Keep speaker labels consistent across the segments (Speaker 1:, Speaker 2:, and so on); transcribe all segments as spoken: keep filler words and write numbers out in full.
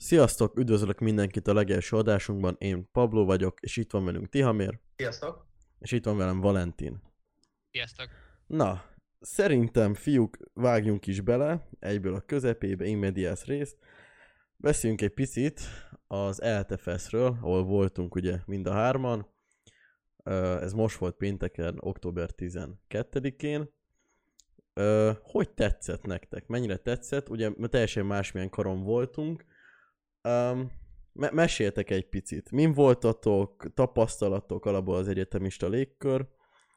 Speaker 1: Sziasztok, üdvözlök mindenkit a legelső adásunkban, én Pablo vagyok, és itt van velünk Tihamér,
Speaker 2: Sziasztok!
Speaker 1: és itt van velem Valentin.
Speaker 3: Sziasztok!
Speaker 1: Na, szerintem fiúk, vágjunk is bele, egyből a közepébe, in medias res. Beszéljünk egy picit az el té ef es-ről, ahol voltunk ugye mind a hárman. Ez most volt pénteken, október tizenkettedikén. Hogy tetszett nektek? Mennyire tetszett? Ugye teljesen másmilyen karon voltunk. Um, me- meséltek egy picit. Min voltatok, tapasztalatok alapból az egyetemista légkör?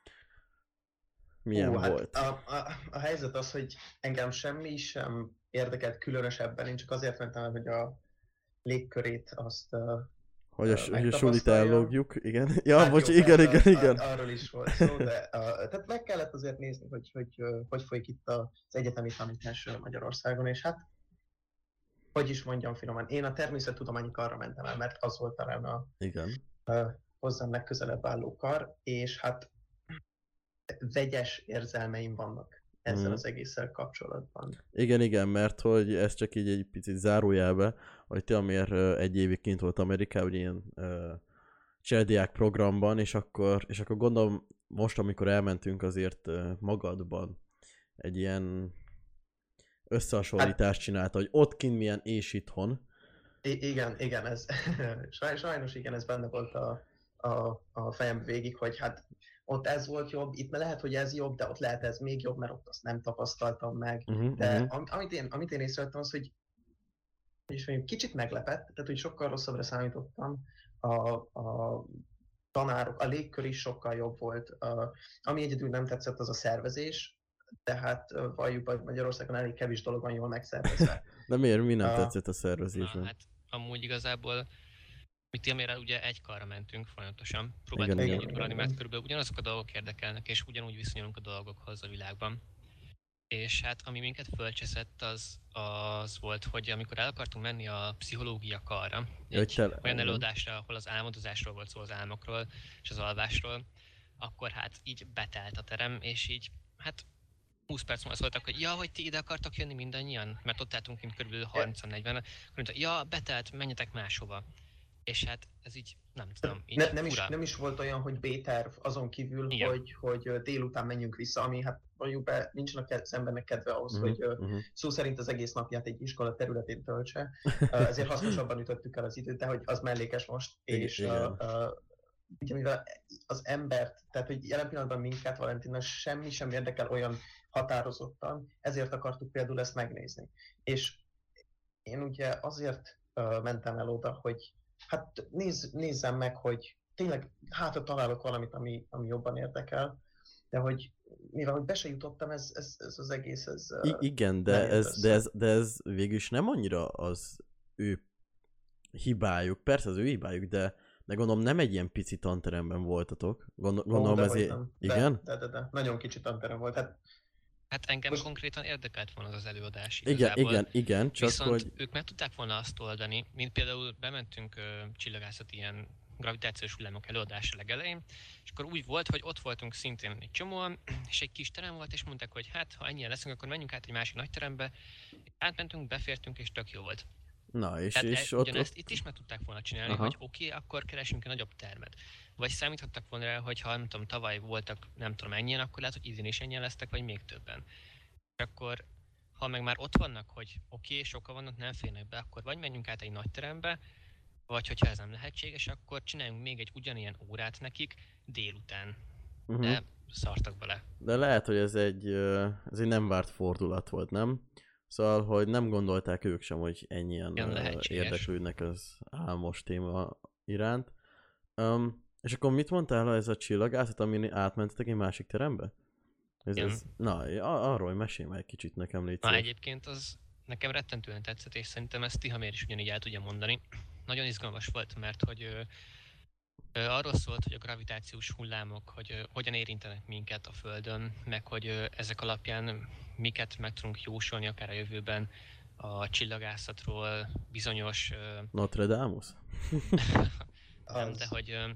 Speaker 1: Milyen
Speaker 2: Ó,
Speaker 1: volt?
Speaker 2: Hát a, a, a helyzet az, hogy engem semmi sem érdekelt különösebben, én csak azért mentem el, hogy a légkörét azt uh,
Speaker 1: Hogy a,
Speaker 2: uh,
Speaker 1: hogy a sulit ellogjuk, igen. Ja,
Speaker 2: hát
Speaker 1: bocs,
Speaker 2: jó,
Speaker 1: igen,
Speaker 2: persze,
Speaker 1: igen, igen.
Speaker 2: Ar- arról is volt szó, de uh, tehát meg kellett azért nézni, hogy hogy, uh, hogy folyik itt az egyetemi tanítás Magyarországon, és hát hogy is mondjam finoman, én a természettudományi karra mentem el, mert az volt talán a
Speaker 1: Igen.
Speaker 2: uh, hozzám legközelebb álló kar, és hát vegyes érzelmeim vannak ezzel
Speaker 1: Mhm.
Speaker 2: az egésszel kapcsolatban.
Speaker 1: Igen, igen, mert hogy ez csak így egy picit zárójelbe, hogy Tihamér ö, egy évig kint volt Amerikában, ugye ilyen uh, cserediák programban, és akkor, és akkor gondolom most, amikor elmentünk, azért uh, magadban egy ilyen összehasonlítást csinálta, hogy ott kint milyen és itthon.
Speaker 2: I- igen, igen, ez saj- sajnos igen, ez benne volt a, a, a fejem végig, hogy hát ott ez volt jobb, itt lehet, hogy ez jobb, de ott lehet ez még jobb, mert ott azt nem tapasztaltam meg.
Speaker 1: Uh-huh,
Speaker 2: De
Speaker 1: uh-huh.
Speaker 2: am, amit, én, amit én észrevettem az, hogy és mondjuk kicsit meglepett, tehát hogy sokkal rosszabbra számítottam. A, a tanárok, a légkör is sokkal jobb volt. A, ami egyedül nem tetszett, az a szervezés, tehát ö, valljuk, hogy Magyarországon elég kevés dolog van jól megszervezve.
Speaker 1: De miért, mi nem
Speaker 2: A-
Speaker 1: tetszett a
Speaker 3: Na,
Speaker 1: szervezésben?
Speaker 3: hát amúgy igazából mi Tihamérrel ugye egy karra mentünk folyamatosan. Próbáltunk
Speaker 1: Igen,
Speaker 3: igen,
Speaker 1: igen.
Speaker 3: együtt maradni, mert körülbelül ugyanazok a dolgok érdekelnek, és ugyanúgy viszonyulunk a dolgokhoz a világban. És hát ami minket fölcseszett az, az volt, hogy amikor el akartunk menni a pszichológia karra,
Speaker 1: Ja, hogy
Speaker 3: egy
Speaker 1: te-
Speaker 3: olyan
Speaker 1: igen.
Speaker 3: előadásra, ahol az álmodozásról volt szó, az álmokról és az alvásról, akkor hát így betelt a terem, és így hát húsz perc múlva szóltak, hogy ja, hogy ti ide akartak jönni mindannyian, mert ott álltunk kint körülbelül harminc-negyven, akkor mondta, ja, betelt, menjetek máshova. És hát ez így, nem tudom, így
Speaker 2: Ne, nem, is,
Speaker 3: fura.
Speaker 2: nem is volt olyan, hogy B-terv azon kívül,
Speaker 3: Igen.
Speaker 2: hogy, hogy délután menjünk vissza, ami hát mondjuk be, nincsenek az embernek kedve ahhoz,
Speaker 1: Mhm,
Speaker 2: hogy ö,
Speaker 1: mhm.
Speaker 2: szó szerint az egész napját egy iskola területén töltse. Ö, Ezért hasznosabban ütöttük el az időt, de hogy az mellékes most.
Speaker 1: Igen,
Speaker 2: És
Speaker 1: igen.
Speaker 2: ö, ö, ugye mivel az embert, tehát hogy jelen pillanatban minket, Valentina, semmi sem érdekel olyan határozottan, ezért akartuk például ezt megnézni. És én ugye azért ö, mentem el oda, hogy hát nézz, nézzem meg, hogy tényleg hátra találok valamit, ami, ami jobban érdekel, de hogy mivel hogy be se jutottam, ez, ez, ez az egész, ez ö,
Speaker 1: I- igen, de
Speaker 2: nem jött
Speaker 1: ez,
Speaker 2: össze.
Speaker 1: de, ez, de ez végül is nem annyira az ő hibájuk. Persze az ő hibájuk, de, de gondolom nem egy ilyen pici tanteremben voltatok. Gondol,
Speaker 2: Ó,
Speaker 1: gondolom
Speaker 2: dehogy
Speaker 1: ezért...
Speaker 2: nem.
Speaker 1: Igen?
Speaker 2: De, de, de, de. Nagyon kicsit tanterem volt. Hát,
Speaker 3: Hát engem
Speaker 2: Most-
Speaker 3: konkrétan érdekelt volna az az előadás
Speaker 1: Igen,
Speaker 3: igazából.
Speaker 1: igen, igen, csak
Speaker 3: Viszont
Speaker 1: hogy...
Speaker 3: ők meg tudták volna azt oldani, mint például bementünk ö, csillagászati ilyen gravitációs hullámok előadása legelején, és akkor úgy volt, hogy ott voltunk szintén egy csomóan, és egy kis terem volt, és mondták, hogy hát, ha ennyien leszünk, akkor menjünk át egy másik nagy terembe. Átmentünk, befértünk, és tök jó volt.
Speaker 1: Na, és,
Speaker 3: Tehát
Speaker 1: és
Speaker 3: e,
Speaker 1: ott,
Speaker 3: ugyanezt
Speaker 1: ott...
Speaker 3: itt is meg tudták volna csinálni,
Speaker 1: Aha.
Speaker 3: hogy oké, okay, akkor keresünk egy nagyobb termet. Vagy számíthattak volna rá, hogy ha nem tudom, tavaly voltak nem tudom ennyien, akkor lehet, hogy idén is ennyien lesznek, vagy még többen. És akkor, ha meg már ott vannak, hogy oké, okay, sokan vannak, nem férnek be, akkor vagy menjünk át egy nagy terembe, vagy hogyha ez nem lehetséges, akkor csináljunk még egy ugyanilyen órát nekik délután.
Speaker 1: Uh-huh.
Speaker 3: De szartak bele.
Speaker 1: De lehet, hogy ez egy, ö, ez egy nem várt fordulat volt, nem? Szóval, hogy nem gondolták ők sem, hogy ennyien
Speaker 3: Igen,
Speaker 1: ö,
Speaker 3: lehetséges.
Speaker 1: érdeklődnek az álmos téma iránt. Um, és akkor mit mondtál, ha ez a csillagászat, amin átmentetek egy másik terembe? Ez,
Speaker 3: Igen.
Speaker 1: ez, na, a- arról mesélj már egy kicsit nekem, légy
Speaker 3: Na
Speaker 1: szíves.
Speaker 3: egyébként az nekem rettentően tetszett, és szerintem ezt Tihamér is ugyanígy el tudja mondani. Nagyon izgalmas volt, mert hogy ö, ö, arról szólt, hogy a gravitációs hullámok, hogy ö, hogyan érintenek minket a Földön, meg hogy ö, ezek alapján miket meg tudunk jósolni akár a jövőben a csillagászatról, bizonyos ö,
Speaker 1: Notre Dame?
Speaker 3: nem,
Speaker 2: Az-
Speaker 3: de hogy ö,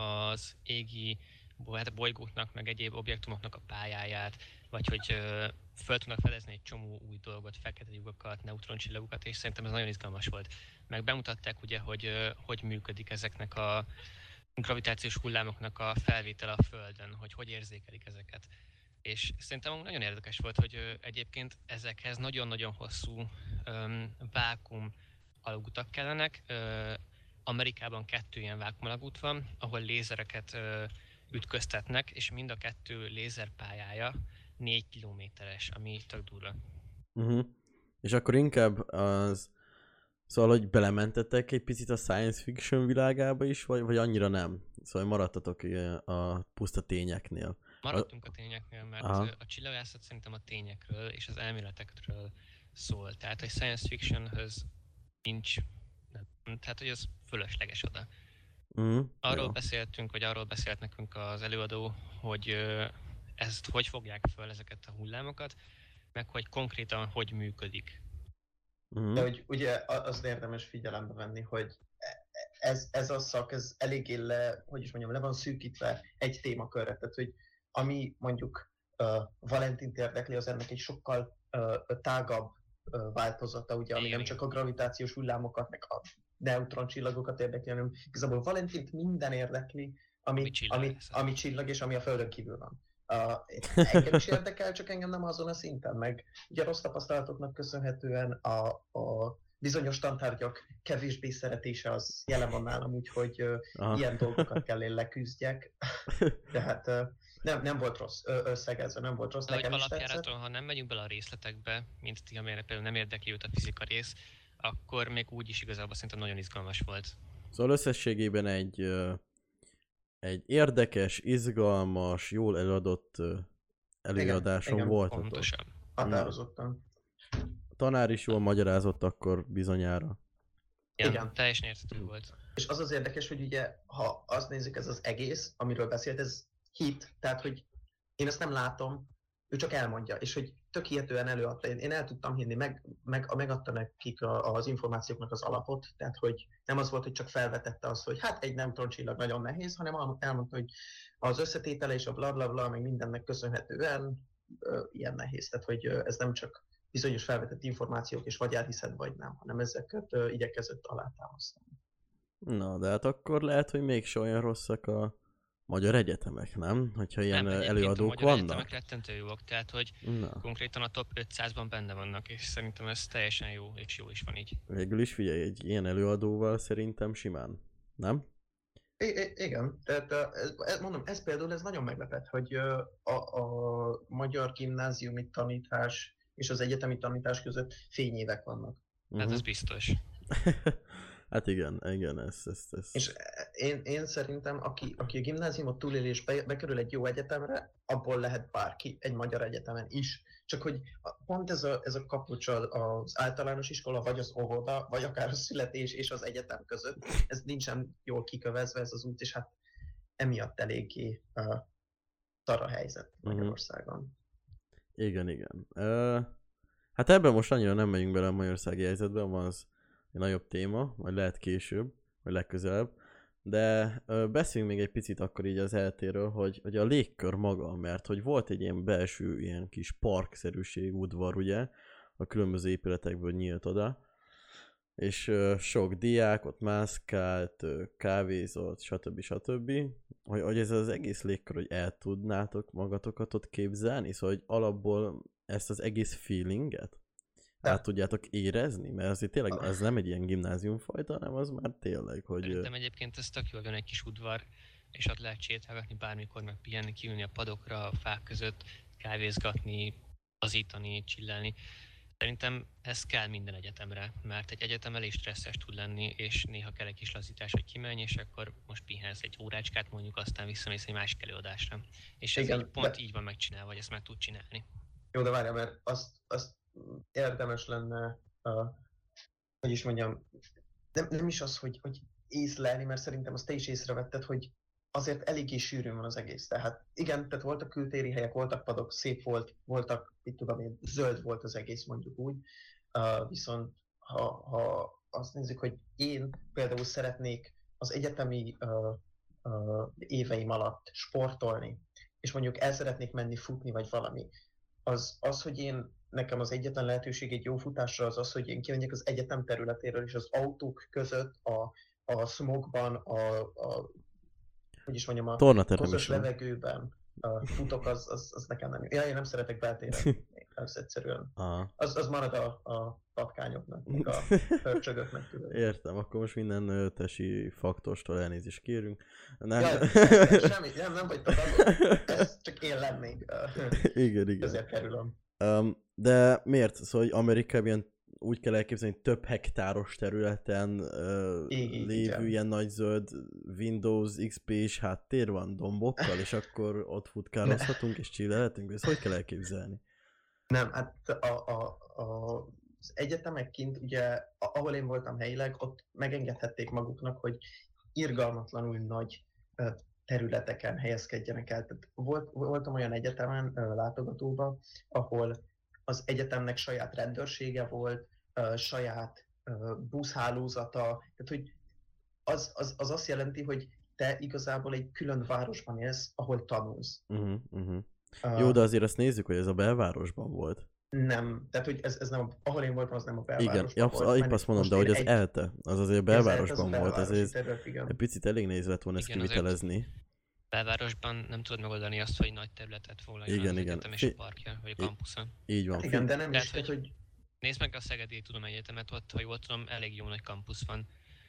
Speaker 3: az égi bo- hát bolygóknak, meg egyéb objektumoknak a pályáját, vagy hogy ö, föl tudnak fedezni egy csomó új dolgot, fekete lyukakat, neutroncsillagokat, és szerintem ez nagyon izgalmas volt. Meg bemutatták ugye, hogy ö, hogy működik ezeknek a gravitációs hullámoknak a felvétele a Földön, hogy hogy érzékelik ezeket. És szerintem nagyon érdekes volt, hogy ö, egyébként ezekhez nagyon-nagyon hosszú öm, vákum alagutak kellenek. Ö, Amerikában kettő ilyen vákum alagút van, ahol lézereket ö, ütköztetnek, és mind a kettő lézerpályája négy kilométeres, ami tök durva.
Speaker 1: Uh-huh. És akkor inkább az... Szóval, hogy belementettek egy picit a science fiction világába is, vagy, vagy annyira nem? Szóval maradtatok a puszta tényeknél.
Speaker 3: Maradtunk a tényeknél, mert Aha. a csillagászat szerintem a tényekről és az elméletekről szól. Tehát, hogy science fictionhöz nincs, nem, tehát, hogy az fölösleges oda. Uh-huh. Arról Jó. beszéltünk, vagy arról beszélt nekünk az előadó, hogy ezt hogy fogják föl ezeket a hullámokat, meg hogy konkrétan hogy működik.
Speaker 2: Uh-huh. De hogy ugye azt érdemes figyelembe venni, hogy ez, ez a szak, ez eléggé le, hogy is mondjam, le van szűkítve egy témakörre. Tehát, hogy ami mondjuk uh, Valentint érdekli, az ennek egy sokkal uh, tágabb uh, változata, ugye, ami Igen. nem csak a gravitációs hullámokat, meg a neutroncsillagokat érdekli, hanem igazából Valentint minden érdekli, ami, ami, csillag, ami, ami csillag és ami a Földön kívül van. Uh, engem is érdekel, csak engem nem azon a szinten, meg ugye rossz tapasztalatoknak köszönhetően a, a bizonyos tantárgyak kevésbé szeretése az jelen van nálam, úgyhogy uh, ilyen dolgokat kell én leküzdjek. Tehát uh, nem, nem volt rossz összegezve, nem volt rossz,
Speaker 3: de
Speaker 2: nekem is
Speaker 3: alapjáraton, ha nem megyünk bele a részletekbe, mint ti, amire például nem érdekli őt a fizika rész, akkor még úgy is igazából szerintem nagyon izgalmas volt.
Speaker 1: Szóval összességében egy uh... egy érdekes, izgalmas, jól előadott előadáson
Speaker 2: igen,
Speaker 1: volt.
Speaker 3: Pontosan.
Speaker 2: Határozottan.
Speaker 1: A tanár is jól magyarázott akkor bizonyára.
Speaker 3: Igen, igen. Teljesen érthető volt.
Speaker 2: És az az érdekes, hogy ugye, ha azt nézzük, ez az egész, amiről beszélt, ez hit, tehát, hogy én ezt nem látom, ő csak elmondja, és hogy tök hihetően előadta. Én, én el tudtam hinni, meg, meg, megadta nekik a, az információknak az alapot, tehát hogy nem az volt, hogy csak felvetette azt, hogy hát egy neutroncsillag nagyon nehéz, hanem elmondta, hogy az összetétele és a blablabla, bla, bla, meg mindennek köszönhetően ö, ilyen nehéz. Tehát, hogy ö, ez nem csak bizonyos felvetett információk, és vagy elhiszed, vagy nem, hanem ezeket ö, igyekezett alátámasztani.
Speaker 1: Na, de hát akkor lehet, hogy mégse olyan rosszak a magyar egyetemek, nem? Hogyha ilyen nem, előadók
Speaker 3: a
Speaker 1: vannak?
Speaker 3: A egyetemek rettentő jók, tehát hogy Na. konkrétan a top ötszázban benne vannak, és szerintem ez teljesen jó, és jó is van így.
Speaker 1: Végül is figyelj, egy ilyen előadóval szerintem simán, nem?
Speaker 2: I- I- igen, tehát ez, mondom, ez például ez nagyon meglepett, hogy a, a magyar gimnáziumi tanítás és az egyetemi tanítás között fényévek vannak.
Speaker 3: Hát uh-huh. ez biztos.
Speaker 1: Hát igen, igen, ez... ez, ez.
Speaker 2: És én, én szerintem, aki, aki a gimnáziumot túléli és be, bekerül egy jó egyetemre, abból lehet bárki egy magyar egyetemen is. Csak hogy pont ez a, ez a kapucs az általános iskola, vagy az óvoda, vagy akár a születés és az egyetem között, ez nincsen jól kikövezve ez az út, és hát emiatt eléggé uh, szar a helyzet Magyarországon. Uh-huh.
Speaker 1: Igen, igen. Uh, hát ebben most annyira nem megyünk bele a magyarországi helyzetben, van az egy nagyobb téma, majd lehet később, vagy legközelebb, de ö, beszéljünk még egy picit akkor így az eltéről, hogy, hogy a légkör maga, mert hogy volt egy ilyen belső, ilyen kis parkszerűség, udvar, ugye, a különböző épületekből nyílt oda, és ö, sok diák ott mászkált, ö, kávézott, stb. stb. Hogy, hogy ez az egész légkör, hogy el tudnátok magatokat ott képzelni, szóval hogy alapból ezt az egész feelinget át tudjátok érezni? Mert azért tényleg ez nem egy ilyen gimnáziumfajta, hanem az már tényleg, hogy...
Speaker 3: Szerintem egyébként ez tök jól van egy kis udvar, és ott lehet sétálgatni bármikor, meg pihenni, kiülni a padokra, a fák között, kávézgatni, azítani, csillelni. Szerintem ez kell minden egyetemre, mert egy egyetem elég stresszes tud lenni, és néha kell egy kis lazítás, hogy kimenj, és akkor most pihensz egy órácskát mondjuk, aztán visszamész egy másik előadásra. És ez Igen, így pont de... így van megcsinálva, hogy ezt meg tud csinálni.
Speaker 2: Jó, de várjál, mert azt, azt érdemes lenne, uh, hogy is mondjam, nem, nem is az, hogy, hogy észlelni, mert szerintem azt te is észrevetted, hogy azért eléggé sűrűn van az egész. Tehát igen, tehát voltak kültéri helyek, voltak padok, szép volt, voltak, itt tudom én, zöld volt az egész mondjuk úgy, uh, viszont ha, ha azt nézzük, hogy én például szeretnék az egyetemi uh, uh, éveim alatt sportolni, és mondjuk el szeretnék menni futni, vagy valami, az, az, hogy én, nekem az egyetlen lehetőség egy jó futásra az az, hogy én kimenjek az egyetem területéről, és az autók között, a, a smogban, a, a, hogy is mondjam, a
Speaker 1: Tornaterem
Speaker 2: koszos
Speaker 1: is van.
Speaker 2: levegőben uh, futok, az, az, az nekem nem jó. Ja, én nem szeretek beltéren, az egyszerűen.
Speaker 1: Aha.
Speaker 2: Az, az marad a, a patkányoknak, meg a pörcsögöknek. Tudod.
Speaker 1: Értem, akkor most minden ö, tesi faktostól elnézést kérünk. Nem,
Speaker 2: Ja, semmi, nem, nem vagy tagadó, ez csak én lennék.
Speaker 1: igen, igen.
Speaker 2: Ezért kerülöm.
Speaker 1: Um, de miért? Szóval, hogy Amerikában ilyen úgy kell elképzelni, hogy több hektáros területen uh,
Speaker 2: Igen,
Speaker 1: lévő
Speaker 2: igen.
Speaker 1: ilyen nagy zöld Windows iksz pés háttér van dombokkal, és akkor ott futkározhatunk és chillelhetünk? Ezt hogy kell elképzelni?
Speaker 2: Nem, hát a, a, a, az egyetemek kint, ugye, ahol én voltam helyileg, ott megengedhették maguknak, hogy irgalmatlanul nagy ö, területeken helyezkedjenek el. Tehát volt, voltam olyan egyetemen, ö, látogatóban, ahol az egyetemnek saját rendőrsége volt, ö, saját ö, buszhálózata, tehát hogy az, az, az azt jelenti, hogy te igazából egy külön városban élsz, ahol tanulsz.
Speaker 1: Uh-huh, uh-huh.
Speaker 2: Uh,
Speaker 1: Jó, de azért azt nézzük, hogy ez a belvárosban volt.
Speaker 2: Nem, tehát hogy ez, ez nem, ahol én voltam, az nem a belvárosban
Speaker 1: Igen, ja,
Speaker 2: volt.
Speaker 1: épp azt mondom, de hogy az egy... ELTE, az azért a belvárosban
Speaker 2: ez
Speaker 1: volt, ezért
Speaker 2: terület, igen.
Speaker 1: egy picit elég nehéz lett volna ezt
Speaker 3: Igen,
Speaker 1: kivitelezni.
Speaker 3: Belvárosban nem tudod megoldani azt, hogy nagy területet foglaljon
Speaker 1: Igen,
Speaker 3: az
Speaker 1: igen.
Speaker 3: egyetem és a parkja, vagy a kampuszon.
Speaker 1: Így van.
Speaker 2: Hát igen, de nem
Speaker 3: Tehát,
Speaker 2: is,
Speaker 3: hogy...
Speaker 2: tehát, hogy...
Speaker 3: Nézd meg a Szegedi Tudományegyetemet, ott, ha jól tudom, elég jó nagy kampusz van.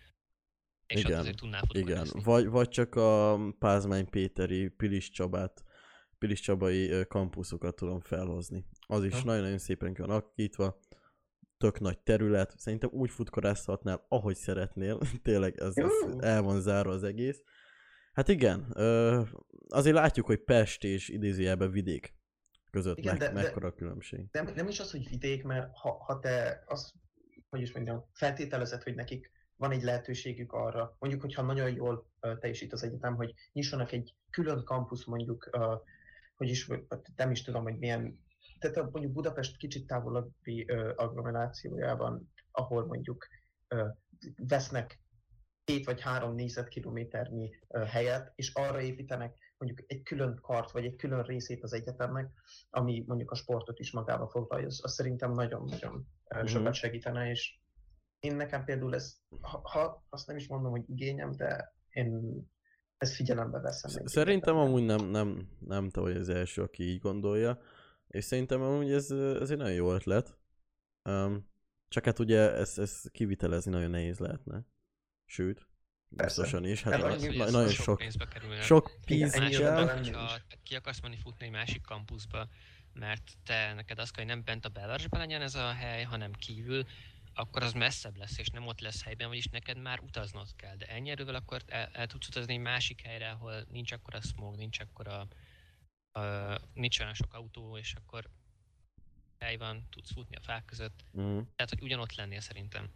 Speaker 3: És
Speaker 1: igen,
Speaker 3: ott azért tudnál
Speaker 1: igen.
Speaker 3: futballozni.
Speaker 1: Vagy, vagy csak a Pázmány Péteri, Pilis Csabát, Pilis Csabai kampuszokat tudom felhozni. Az is
Speaker 2: ha.
Speaker 1: nagyon-nagyon szépen van alakítva. Tök nagy terület. Szerintem úgy futkorázhatnál, ahogy szeretnél. Tényleg ez, ez el van zárva az egész. Hát igen, ö, azért látjuk, hogy Pest és idézőjelben vidék között
Speaker 2: igen,
Speaker 1: me-
Speaker 2: de,
Speaker 1: mekkora a különbség.
Speaker 2: Nem, nem is az, hogy vidék, mert ha, ha te azt, hogy is mondjam, feltételezed, hogy nekik van egy lehetőségük arra, mondjuk, hogyha nagyon jól uh, teljesít az egyetem, hogy nyissanak egy külön kampusz, mondjuk, uh, hogy is, nem is tudom, hogy milyen, tehát a, mondjuk Budapest kicsit távolabbi uh, agglomerációjában, ahol mondjuk uh, vesznek két vagy három négyzetkilométernyi uh, helyet, és arra építenek mondjuk egy külön kart, vagy egy külön részét az egyetemnek, ami mondjuk a sportot is magába foglalja, az, az szerintem nagyon-nagyon uh, sokat segítene, és én nekem például ez, ha, ha azt nem is mondom, hogy igényem, de én ezt figyelembe veszem.
Speaker 1: Szerintem amúgy nem, nem, nem te vagy az első, aki így gondolja, és szerintem amúgy ez, ez egy nagyon jó ötlet. Um, csak hát ugye ezt, ezt kivitelezni nagyon nehéz lehetne. Sőt, biztosan is. Hát
Speaker 2: az,
Speaker 1: na, nagyon
Speaker 3: sok,
Speaker 1: sok,
Speaker 3: pénzbe kerülne.
Speaker 1: sok
Speaker 2: Igen,
Speaker 1: pénz
Speaker 2: ennyi
Speaker 1: kell.
Speaker 2: ötlet.
Speaker 3: Ha ki akarsz menni futni egy másik kampuszba, mert te neked az kell, hogy nem bent a belvárosban legyen ez a hely, hanem kívül, akkor az messzebb lesz, és nem ott lesz helyben, vagyis neked már utaznod kell. De ennyi erővel akkor el, el tudsz utazni egy másik helyre, ahol nincs akkora smog, nincs akkora, uh, nincs olyan sok autó, és akkor hely van, tudsz futni a fák között.
Speaker 1: Mm.
Speaker 3: Tehát, hogy ugyanott lennél szerintem.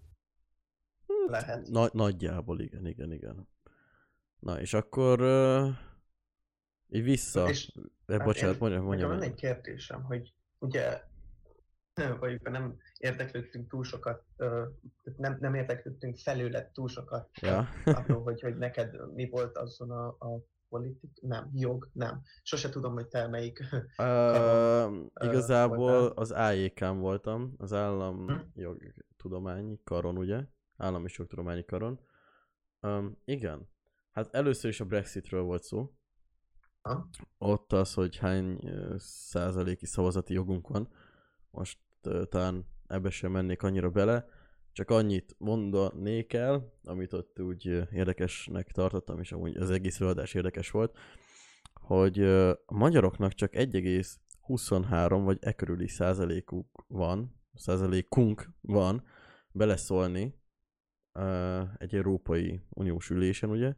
Speaker 2: Lehet.
Speaker 1: Nagy, nagyjából, igen, igen, igen. Na, és akkor uh, így vissza.
Speaker 2: És,
Speaker 1: eh,
Speaker 2: hát
Speaker 1: bocsánat,
Speaker 2: én,
Speaker 1: mondja, mondja.
Speaker 2: Nekem van egy kérdésem, hogy ugye vagy nem érdeklődtünk túl sokat, nem, nem érdeklődtünk felőled túl sokat,
Speaker 1: Ja.
Speaker 2: arról, hogy, hogy neked mi volt azon a, a politik, nem, jog, nem. Sose tudom, hogy te melyik
Speaker 1: karon, uh, Igazából
Speaker 2: voltál.
Speaker 1: az á jé ká-n voltam, az állam
Speaker 2: hm?
Speaker 1: jogtudományi karon, ugye? Állami jogtudományi karon. Um, igen. Hát először is a Brexitről volt szó.
Speaker 2: Ha?
Speaker 1: Ott az, hogy hány uh, százaléki szavazati jogunk van. Most uh, talán ebbe sem mennék annyira bele, csak annyit mondanék el, amit ott úgy uh, érdekesnek tartottam, és amúgy az egész előadás érdekes volt, hogy uh, a magyaroknak csak egy egész huszonhárom vagy e körüli százalékuk van, százalékunk van beleszólni uh, egy Európai Uniós ülésen, ugye,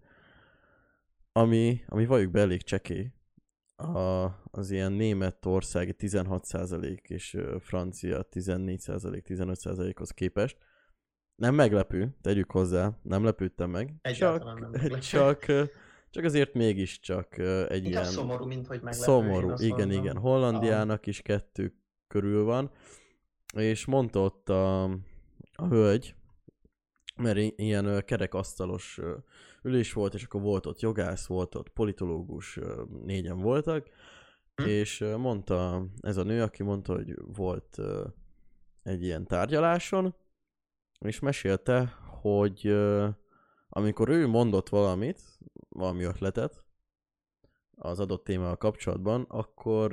Speaker 1: ami, ami valljuk be elég csekély. A, az ilyen Németországi tizenhat százalék és francia tizennégy százalék, tizenöt százalékhoz képest. Nem meglepő, tegyük hozzá, nem lepődtem meg.
Speaker 2: Egyáltalán
Speaker 1: csak,
Speaker 2: nem meglepő.
Speaker 1: csak, csak azért mégiscsak egy
Speaker 2: Inkább
Speaker 1: ilyen...
Speaker 2: szomorú, mint hogy meglepő.
Speaker 1: Szomorú, igen,
Speaker 2: mondom.
Speaker 1: igen. Hollandiának is kettő körül van. És mondta ott a, a hölgy, mert ilyen kerekasztalos ülés volt, és akkor volt ott jogász, volt ott politológus, négyen voltak,
Speaker 2: Hm?
Speaker 1: és mondta ez a nő, aki mondta, hogy volt egy ilyen tárgyaláson, és mesélte, hogy amikor ő mondott valamit, valami ötletet az adott témával kapcsolatban, akkor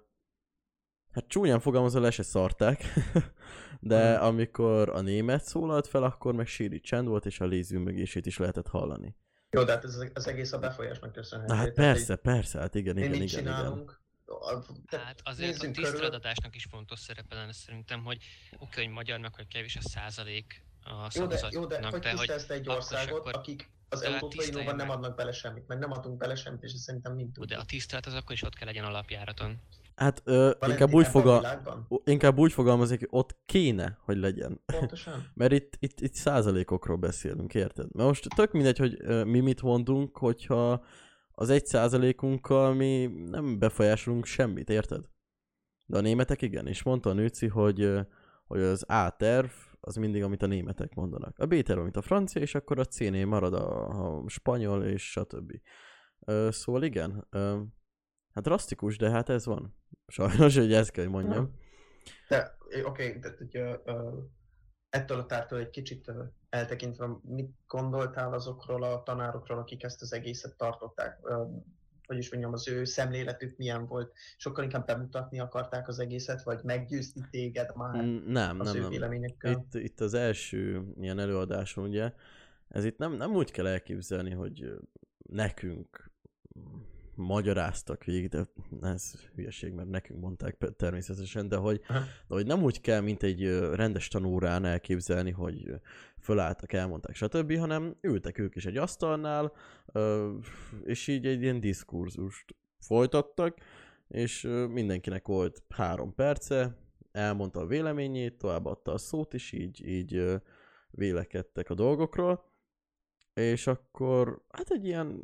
Speaker 1: hát csúnyán fogalmazva le se szarták, de
Speaker 2: Mhm.
Speaker 1: amikor a német szólalt fel, akkor meg síri csend volt, és a lézümmögését is lehetett hallani.
Speaker 2: Jó, de hát ez az egész a befolyásnak
Speaker 1: Na
Speaker 2: köszönhető.
Speaker 1: hát
Speaker 2: Tehát,
Speaker 1: persze, persze, hát igen,
Speaker 2: hogy mi
Speaker 1: igen,
Speaker 2: mit
Speaker 1: igen, igen.
Speaker 2: csinálunk. A- tehát
Speaker 3: Hát azért a
Speaker 2: nézzünk körül.
Speaker 3: tiszteletadásnak is fontos szerepe lenne szerintem, hogy oké, hogy magyarnak, hogy kevés a százalék a
Speaker 2: Jó, de,
Speaker 3: szavazatnak,
Speaker 2: jó, de hogy
Speaker 3: de hogy
Speaker 2: tisztelsz te egy
Speaker 3: akkor is
Speaker 2: országot,
Speaker 3: akkor-
Speaker 2: akik az
Speaker 3: de hát
Speaker 2: Európai
Speaker 3: tiszteljen
Speaker 2: Unióban nem
Speaker 3: meg.
Speaker 2: adnak bele semmit, meg nem adunk bele semmit, és ezt szerintem mind
Speaker 3: de a
Speaker 2: tudjuk.
Speaker 3: tisztelet az akkor is ott kell legyen alapjáraton.
Speaker 1: Hát ö,
Speaker 2: Van
Speaker 1: inkább,
Speaker 2: egy-
Speaker 1: úgy
Speaker 2: ebben a
Speaker 1: fogal...
Speaker 2: világban?
Speaker 1: inkább úgy fogalmazik, hogy ott kéne, hogy legyen.
Speaker 2: Pontosan.
Speaker 1: Mert itt, itt, itt százalékokról beszélünk, érted? Mert most tök mindegy, hogy ö, mi mit mondunk, hogyha az egy százalékunkkal mi nem befolyásolunk semmit, érted? De a németek igen, és mondta a nőci, hogy, ö, hogy az A terv az mindig, amit a németek mondanak. A B terv, amit a francia, és akkor a C-nél marad a, a spanyol, és stb. Ö, szóval igen, ö, hát drasztikus, de hát ez van. Sajnos, hogy ezt kell, hogy mondjam.
Speaker 2: De oké, okay, de hogy, ö, ö, ettől a tártól egy kicsit ö, eltekintve, mit gondoltál azokról a tanárokról, akik ezt az egészet tartották? Ö, hogy is mondjam, az ő szemléletük milyen volt? Sokkal inkább bemutatni akarták az egészet, vagy meggyőzni téged már
Speaker 1: Mm, Nem,
Speaker 2: az
Speaker 1: nem,
Speaker 2: ő
Speaker 1: nem.
Speaker 2: véleményükkel?
Speaker 1: Itt, itt az első ilyen előadáson, ugye, ez itt nem, nem úgy kell elképzelni, hogy ö, nekünk magyaráztak végig, de ez hülyeség, mert nekünk mondták pe- természetesen, de hogy,
Speaker 2: Aha.
Speaker 1: de hogy nem úgy kell, mint egy ö, rendes tanórán elképzelni, hogy ö, fölálltak, elmondták, stb., hanem ültek ők is egy asztalnál, ö, és így egy ilyen diskurzust folytattak, és ö, mindenkinek volt három perce, elmondta a véleményét, továbbadta a szót, és így, így ö, vélekedtek a dolgokról, és akkor hát egy ilyen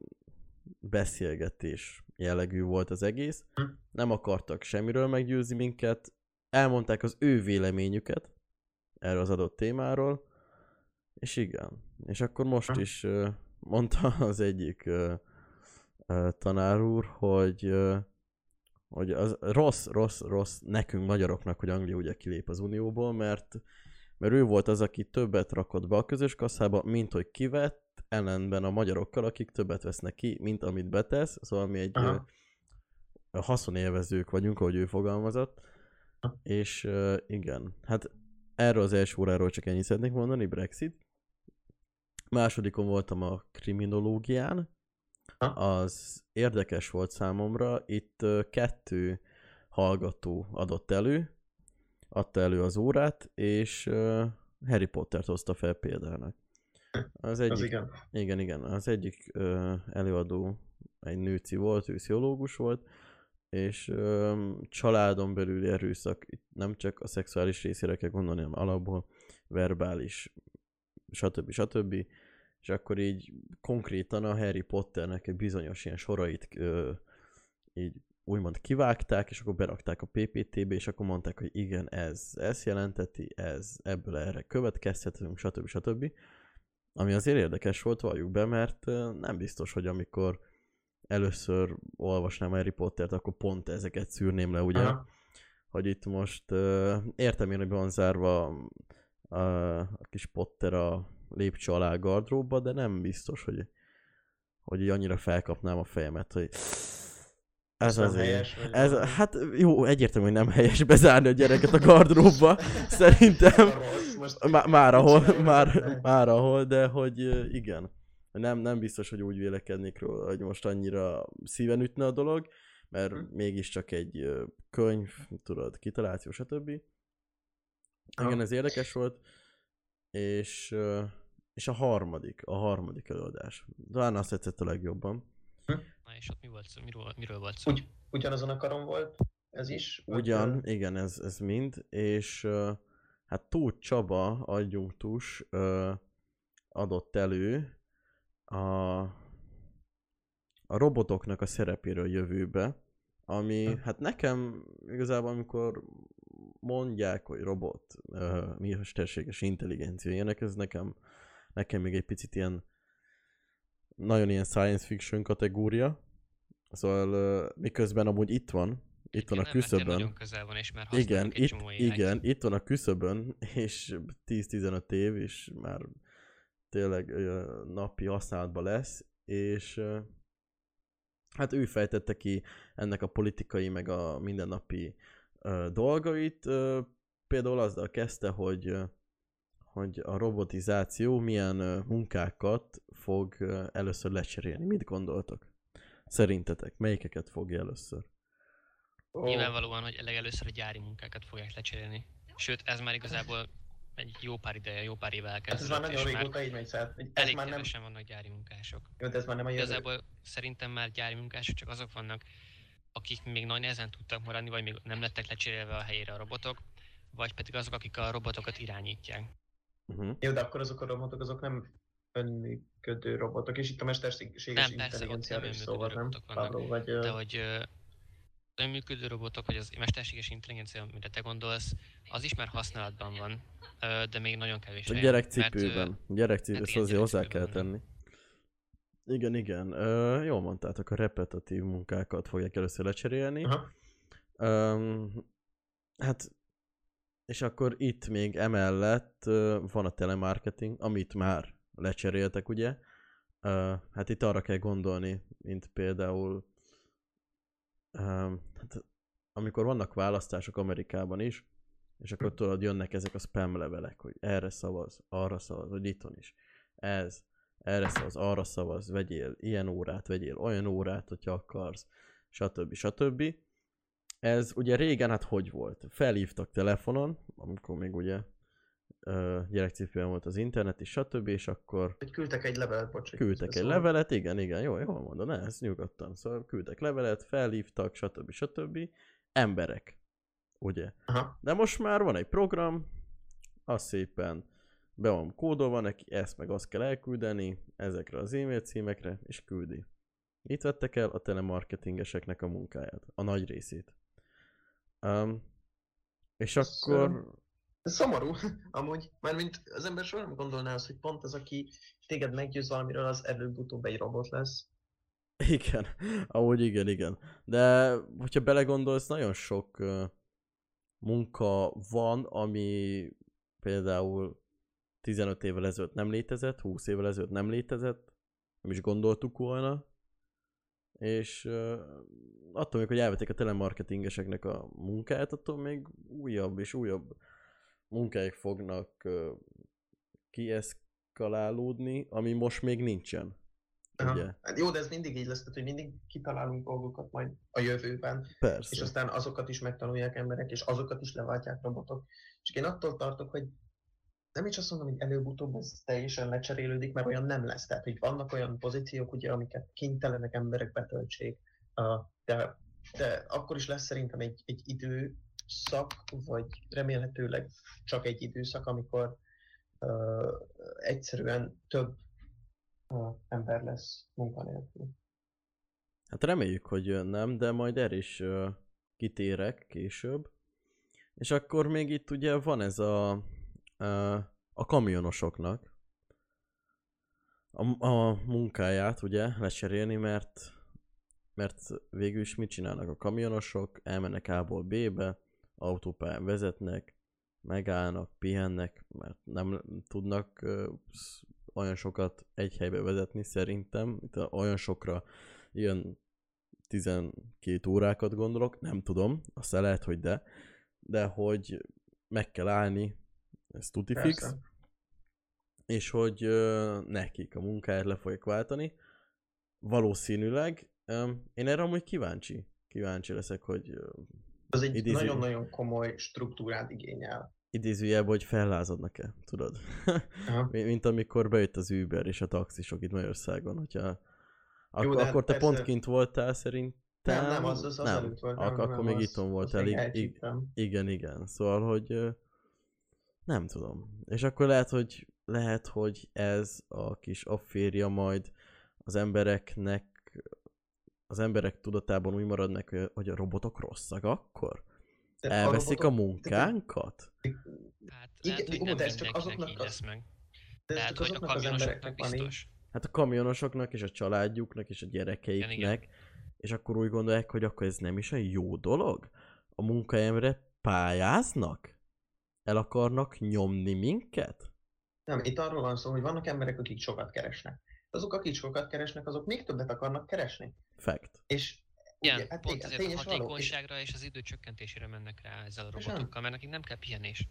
Speaker 1: beszélgetés jellegű volt az egész.
Speaker 2: Hm.
Speaker 1: Nem akartak semmiről meggyőzni minket, elmondták az ő véleményüket erről az adott témáról, és igen. És akkor most
Speaker 2: Hm.
Speaker 1: is ö, mondta az egyik ö, ö, tanár úr, hogy ö, hogy az rossz, rossz, rossz nekünk magyaroknak, hogy Anglia ugye kilép az Unióból, mert, mert ő volt az, aki többet rakott be a közös kasszába, mint hogy kivett, ellenben a magyarokkal, akik többet vesznek ki, mint amit betesz, szóval mi egy
Speaker 2: Aha.
Speaker 1: ö, haszonélvezők vagyunk, ahogy ő fogalmazott, és ö, igen, hát erről az első óráról csak ennyit szeretnék mondani, Brexit. Másodikon voltam a kriminológián, az érdekes volt számomra, itt ö, kettő hallgató adott elő, adta elő az órát, és ö, Harry Pottert hozta fel példának. Az egyik,
Speaker 2: Az igen.
Speaker 1: igen, igen, az egyik ö, előadó egy nőci volt, ő pszichológus volt, és ö, családon belüli erőszak, itt nem csak a szexuális részére kell gondolni, hanem alapból verbális, stb. stb. És akkor így konkrétan a Harry Potternek egy bizonyos ilyen sorait ö, így úgymond kivágták, és akkor berakták a pé pé té-be, és akkor mondták, hogy igen, ez ezt jelenteti, ez ebből erre következtetünk, stb. stb. Ami azért érdekes volt, valljuk be, mert ö, nem biztos, hogy amikor először olvasnám Harry Pottert, akkor pont ezeket szűrném le, ugye?
Speaker 2: Aha.
Speaker 1: Hogy itt most ö, értem én, hogy be van zárva a, a kis Potter a lépcső alá a gardróbba, de nem biztos, hogy, hogy így annyira felkapnám a fejemet, hogy ez
Speaker 2: nem
Speaker 1: azért,
Speaker 2: helyes, vagy
Speaker 1: ez,
Speaker 2: valami.
Speaker 1: hát jó, egyértelmű, hogy nem helyes bezárni a gyereket a gardróbba, szerintem.
Speaker 2: Rossz, most
Speaker 1: Má- már ahol,
Speaker 2: csináljuk,
Speaker 1: már,
Speaker 2: ne.
Speaker 1: már ahol, de hogy ö, igen. Nem, nem biztos, hogy úgy vélekednék róla, hogy most annyira szíven ütne a dolog, mert
Speaker 2: Hm.
Speaker 1: mégiscsak egy ö, könyv, tudod, kitaláció, stb.
Speaker 2: Aha.
Speaker 1: Igen, ez érdekes volt, és, ö, és a harmadik, a harmadik előadás. Talán azt tetszett a legjobban.
Speaker 3: Na és ott mi volt szó? Miről, miről volt szó?
Speaker 2: Úgy, ugyanazon a karon volt ez is? vagy,
Speaker 1: Ugyan,
Speaker 2: ö,
Speaker 1: igen, ez, ez mind, és ö, hát Tóth Csaba, adjunktus ö, adott elő a, a robotoknak a szerepéről jövőbe, ami
Speaker 2: Hm.
Speaker 1: hát nekem igazából, amikor mondják, hogy robot, ö, mesterséges intelligencia, ilyenek, ez nekem, nekem még egy picit ilyen nagyon ilyen science fiction kategória. Szóval ö, miközben amúgy itt van, itt van a
Speaker 3: nem, mert tényleg
Speaker 1: küszöbön.
Speaker 3: nagyon közel van, és már
Speaker 1: Igen,
Speaker 3: használnak egy
Speaker 1: itt,
Speaker 3: csomó éjt.
Speaker 1: igen, itt van a küszöbön, és tíz-tizenöt év is már tényleg ö, napi használatban lesz, és ö, hát ő fejtette ki ennek a politikai, meg a mindennapi ö, dolgait. Ö, például azzal kezdte, hogy, ö, hogy a robotizáció milyen ö, munkákat fog ö, először lecserélni. Mit gondoltok? Szerintetek melyikeket fogja először?
Speaker 2: Ó,
Speaker 3: Nyilvánvalóan, hogy legelőször a gyári munkákat fogják lecserélni. Sőt, ez már igazából egy jó pár ideje, jó pár éve
Speaker 2: hát ez
Speaker 3: elkezdődött,
Speaker 2: már nagyon
Speaker 3: és már
Speaker 2: régóta így megy, szóval ez
Speaker 3: elég
Speaker 2: már nem,
Speaker 3: kevesen vannak gyári munkások.
Speaker 2: jó, de ez már nem a jövő.
Speaker 3: Igazából szerintem már gyári munkások csak azok vannak, akik még nagy nehezen tudtak maradni, vagy még nem lettek lecserélve a helyére a robotok, vagy pedig azok, akik a robotokat irányítják.
Speaker 1: Uh-huh.
Speaker 2: Jó, de akkor azok a robotok, azok nem önműködő robotok, és itt a mesterséges
Speaker 3: Nem, persze, ott
Speaker 2: intelligenciáról
Speaker 3: nem
Speaker 2: is szó
Speaker 3: önműködő
Speaker 2: van, nem?
Speaker 3: robotok vannak,
Speaker 2: Pablo, vagy...
Speaker 3: de
Speaker 2: ö,
Speaker 3: hogy ö, az önműködő robotok, vagy az mesterséges intelligencia, amire te gondolsz, az is már használatban van, ö, de még nagyon kevés
Speaker 1: A
Speaker 3: helyen.
Speaker 1: gyerekcipőben.
Speaker 3: Mert,
Speaker 1: Gyerekcipőben,
Speaker 3: hát
Speaker 1: szóval
Speaker 3: igen,
Speaker 1: azért hozzá kell
Speaker 3: gyerekcipőben
Speaker 1: tenni. Igen, igen. Ö, jól mondtátok, a repetitív munkákat fogják először lecserélni.
Speaker 2: Aha.
Speaker 1: Öm, hát, és akkor itt még emellett ö, van a telemarketing, amit már lecseréltek, ugye? Ö, hát itt arra kell gondolni, mint például, öm, hát, amikor vannak választások Amerikában is, és akkor tudod, jönnek ezek a spam levelek, hogy erre szavaz, arra szavaz, vagy itthon is. Ez, erre szavaz, arra szavaz, vegyél ilyen órát, vegyél olyan órát, hogyha akarsz, stb. stb. Ez ugye régen hát hogy volt? Felhívtak telefonon, amikor még ugye ö, gyerekcipőben volt az internet is, stb. És akkor
Speaker 2: Hogy küldtek egy levelet, bocs. hogy
Speaker 1: küldtek egy
Speaker 2: közbeszólok.
Speaker 1: levelet, igen, igen, jó, jól mondod, ne, ez nyugodtan. Szóval küldtek levelet, felhívtak, stb. stb. Emberek, ugye?
Speaker 2: Aha.
Speaker 1: De most már van egy program, az szépen be van kódolva neki, ezt meg azt kell elküldeni ezekre az e-mail címekre, és küldi. Itt vettek el a telemarketingeseknek a munkáját, a nagy részét. Um, és
Speaker 2: Ez,
Speaker 1: akkor...
Speaker 2: Ez szomorú, amúgy. Mármint az ember soha nem gondolná azt, hogy pont az, aki téged meggyőz valamiről, az előbb-utóbb egy robot lesz.
Speaker 1: Igen, ahogy igen, igen. De hogyha belegondolsz, nagyon sok uh, munka van, ami például tizenöt évvel ezelőtt nem létezett, húsz évvel ezelőtt nem létezett, nem is gondoltuk volna, és uh, attól még, hogy elvették a telemarketingeseknek a munkáját, attól még újabb és újabb munkáik fognak uh, kieszkalálódni, ami most még nincsen. Ugye?
Speaker 2: Aha. Hát jó, de ez mindig így lesz, tehát, hogy mindig kitalálunk dolgokat majd a jövőben,
Speaker 1: Persze.
Speaker 2: és aztán azokat is megtanulják emberek, és azokat is leváltják robotok. És én attól tartok, hogy nem is azt mondom, hogy előbb-utóbb ez teljesen lecserélődik, mert olyan nem lesz. Tehát, hogy vannak olyan pozíciók, ugye, amiket kénytelenek emberek betöltsék, uh, de, de akkor is lesz szerintem egy, egy időszak, vagy remélhetőleg csak egy időszak, amikor uh, egyszerűen több uh, ember lesz munkanélkül.
Speaker 1: Hát reméljük, hogy nem, de majd erre is uh, kitérek később. És akkor még itt ugye van ez a, uh, a kamionosoknak a, a munkáját ugye lecserélni, mert, mert végül is mit csinálnak a kamionosok? Elmennek A-ból B-be, autópályán vezetnek, megállnak, pihennek, mert nem tudnak uh, olyan sokat egy helybe vezetni szerintem. Itt olyan sokra ilyen tizenkét órákat gondolok, nem tudom, aztán lehet, hogy de, de hogy meg kell állni, ez tuti fix,
Speaker 2: Persze.
Speaker 1: és hogy uh, nekik a munkáját le fogják váltani. Valószínűleg, um, én erre amúgy kíváncsi, kíváncsi leszek, hogy uh,
Speaker 2: Az egy
Speaker 1: idéző-
Speaker 2: nagyon-nagyon komoly struktúrát igényel.
Speaker 1: idézőjelben, hogy fellázadnak-e, tudod?
Speaker 2: Aha.
Speaker 1: Mi- Mint amikor bejött az Uber és a taxisok itt Magyarországon, hogyha ak-
Speaker 2: Jó, de hát
Speaker 1: akkor te
Speaker 2: persze-
Speaker 1: pont kint voltál szerintem.
Speaker 2: Nem, nem, az az, az
Speaker 1: nem.
Speaker 2: előtt volt.
Speaker 1: Ak-
Speaker 2: nem,
Speaker 1: akkor
Speaker 2: nem,
Speaker 1: még
Speaker 2: az-
Speaker 1: itthon
Speaker 2: az
Speaker 1: voltál.
Speaker 2: még
Speaker 1: ig- ig-
Speaker 2: elcsíptem.
Speaker 1: igen, igen. Szóval, hogy ö, nem tudom. És akkor lehet, hogy lehet, hogy ez a kis afférja majd az embereknek, az emberek tudatában úgy maradnak, hogy- hogy a robotok rosszak akkor?
Speaker 2: De a
Speaker 1: Elveszik a
Speaker 2: robotok-
Speaker 1: munkánkat?
Speaker 3: Hát
Speaker 2: Igen,
Speaker 3: lehet, hogy
Speaker 2: jó,
Speaker 3: nem
Speaker 2: de ez csak
Speaker 3: mindenkinek
Speaker 2: azoknak
Speaker 3: így
Speaker 2: az-
Speaker 3: lesz meg.
Speaker 2: de ez
Speaker 3: Tehát,
Speaker 2: csak
Speaker 3: hogy a
Speaker 2: azoknak az
Speaker 3: kamionosoknak
Speaker 2: embereknek van így.
Speaker 3: biztos.
Speaker 1: Hát a kamionosoknak és a családjuknak és a gyerekeiknek, és akkor úgy gondolják, hogy akkor ez nem is egy jó dolog? A munkahelyemre pályáznak? El akarnak nyomni minket?
Speaker 2: Nem, itt arról van szó, hogy vannak emberek, akik sokat keresnek. Azok, akik sokat keresnek, azok még többet akarnak keresni.
Speaker 1: Fact.
Speaker 2: És
Speaker 3: Igen,
Speaker 2: ugye, hát
Speaker 3: pont
Speaker 2: igen,
Speaker 3: ezért a
Speaker 2: tény és való. És
Speaker 3: hatékonyságra és az idő csökkentésére mennek rá ezzel a
Speaker 2: Pontosan.
Speaker 3: robotokkal, mert nekik nem kell pihenés.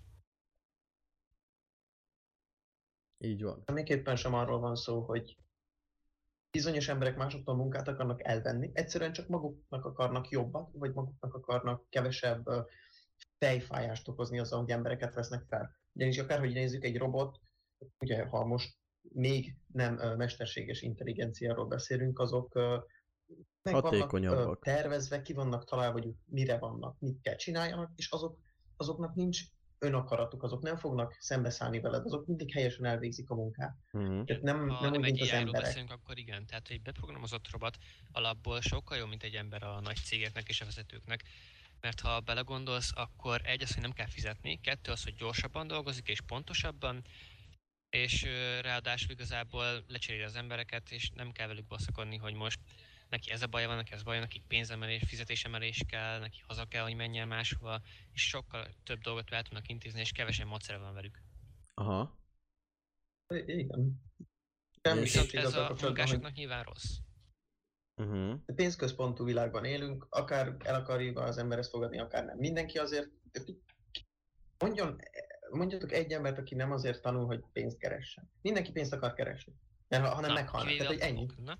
Speaker 1: Így van.
Speaker 2: semmiképpen sem arról van szó, hogy bizonyos emberek másoktól munkát akarnak elvenni, egyszerűen csak maguknak akarnak jobbat, vagy maguknak akarnak kevesebb ö, fejfájást okozni azzal, hogy embereket vesznek fel. Ugyanis akárhogy nézzük, egy robot, ugye ha most még nem ö, mesterséges intelligenciáról beszélünk, azok ö, meg vannak ö,
Speaker 1: Hatékonyabbak.
Speaker 2: tervezve, ki vannak találva, hogy mire vannak, mit kell csináljanak, és azok, azoknak nincs önakaratuk, azok nem fognak szembeszállni veled, azok mindig helyesen elvégzik a munkát.
Speaker 1: Mhm.
Speaker 2: Tehát nem,
Speaker 3: Ha
Speaker 2: nem
Speaker 3: nem
Speaker 2: úgy,
Speaker 3: egy
Speaker 2: mint az
Speaker 3: á i-ról
Speaker 2: emberek.
Speaker 3: beszélünk, akkor igen. Tehát egy beprogramozott robot alapból sokkal jobb, mint egy ember a nagy cégeknek és a vezetőknek. Mert ha belegondolsz, akkor egy az, hogy nem kell fizetni, kettő az, hogy gyorsabban dolgozik és pontosabban, és ö, ráadásul igazából lecseréli az embereket, és nem kell velük baszakodni, hogy most neki ez a baja van, neki ez a baja, neki pénzemelés, fizetésemelés kell, neki haza kell, hogy menjen máshova, és sokkal több dolgot el tudnak intézni, és kevesen macera van velük.
Speaker 1: Aha.
Speaker 2: I- Igen. Semmi
Speaker 1: És-
Speaker 3: Viszont
Speaker 2: kétség
Speaker 3: ez
Speaker 2: azzal
Speaker 3: a
Speaker 2: kapcsolatban, hogy
Speaker 3: munkásoknak nyilván rossz.
Speaker 1: Uh-huh.
Speaker 2: pénzközpontú világban élünk, akár el akarja az ember ezt fogadni, akár nem. Mindenki azért, mondjon, mondjatok egy embert, aki nem azért tanul, hogy pénzt keressen. Mindenki pénzt akar keresni. Mert ha, ha nem
Speaker 3: Na,
Speaker 2: meghalnak,
Speaker 3: kivéve
Speaker 2: tehát hogy
Speaker 3: a
Speaker 2: ennyi.
Speaker 3: papok, na?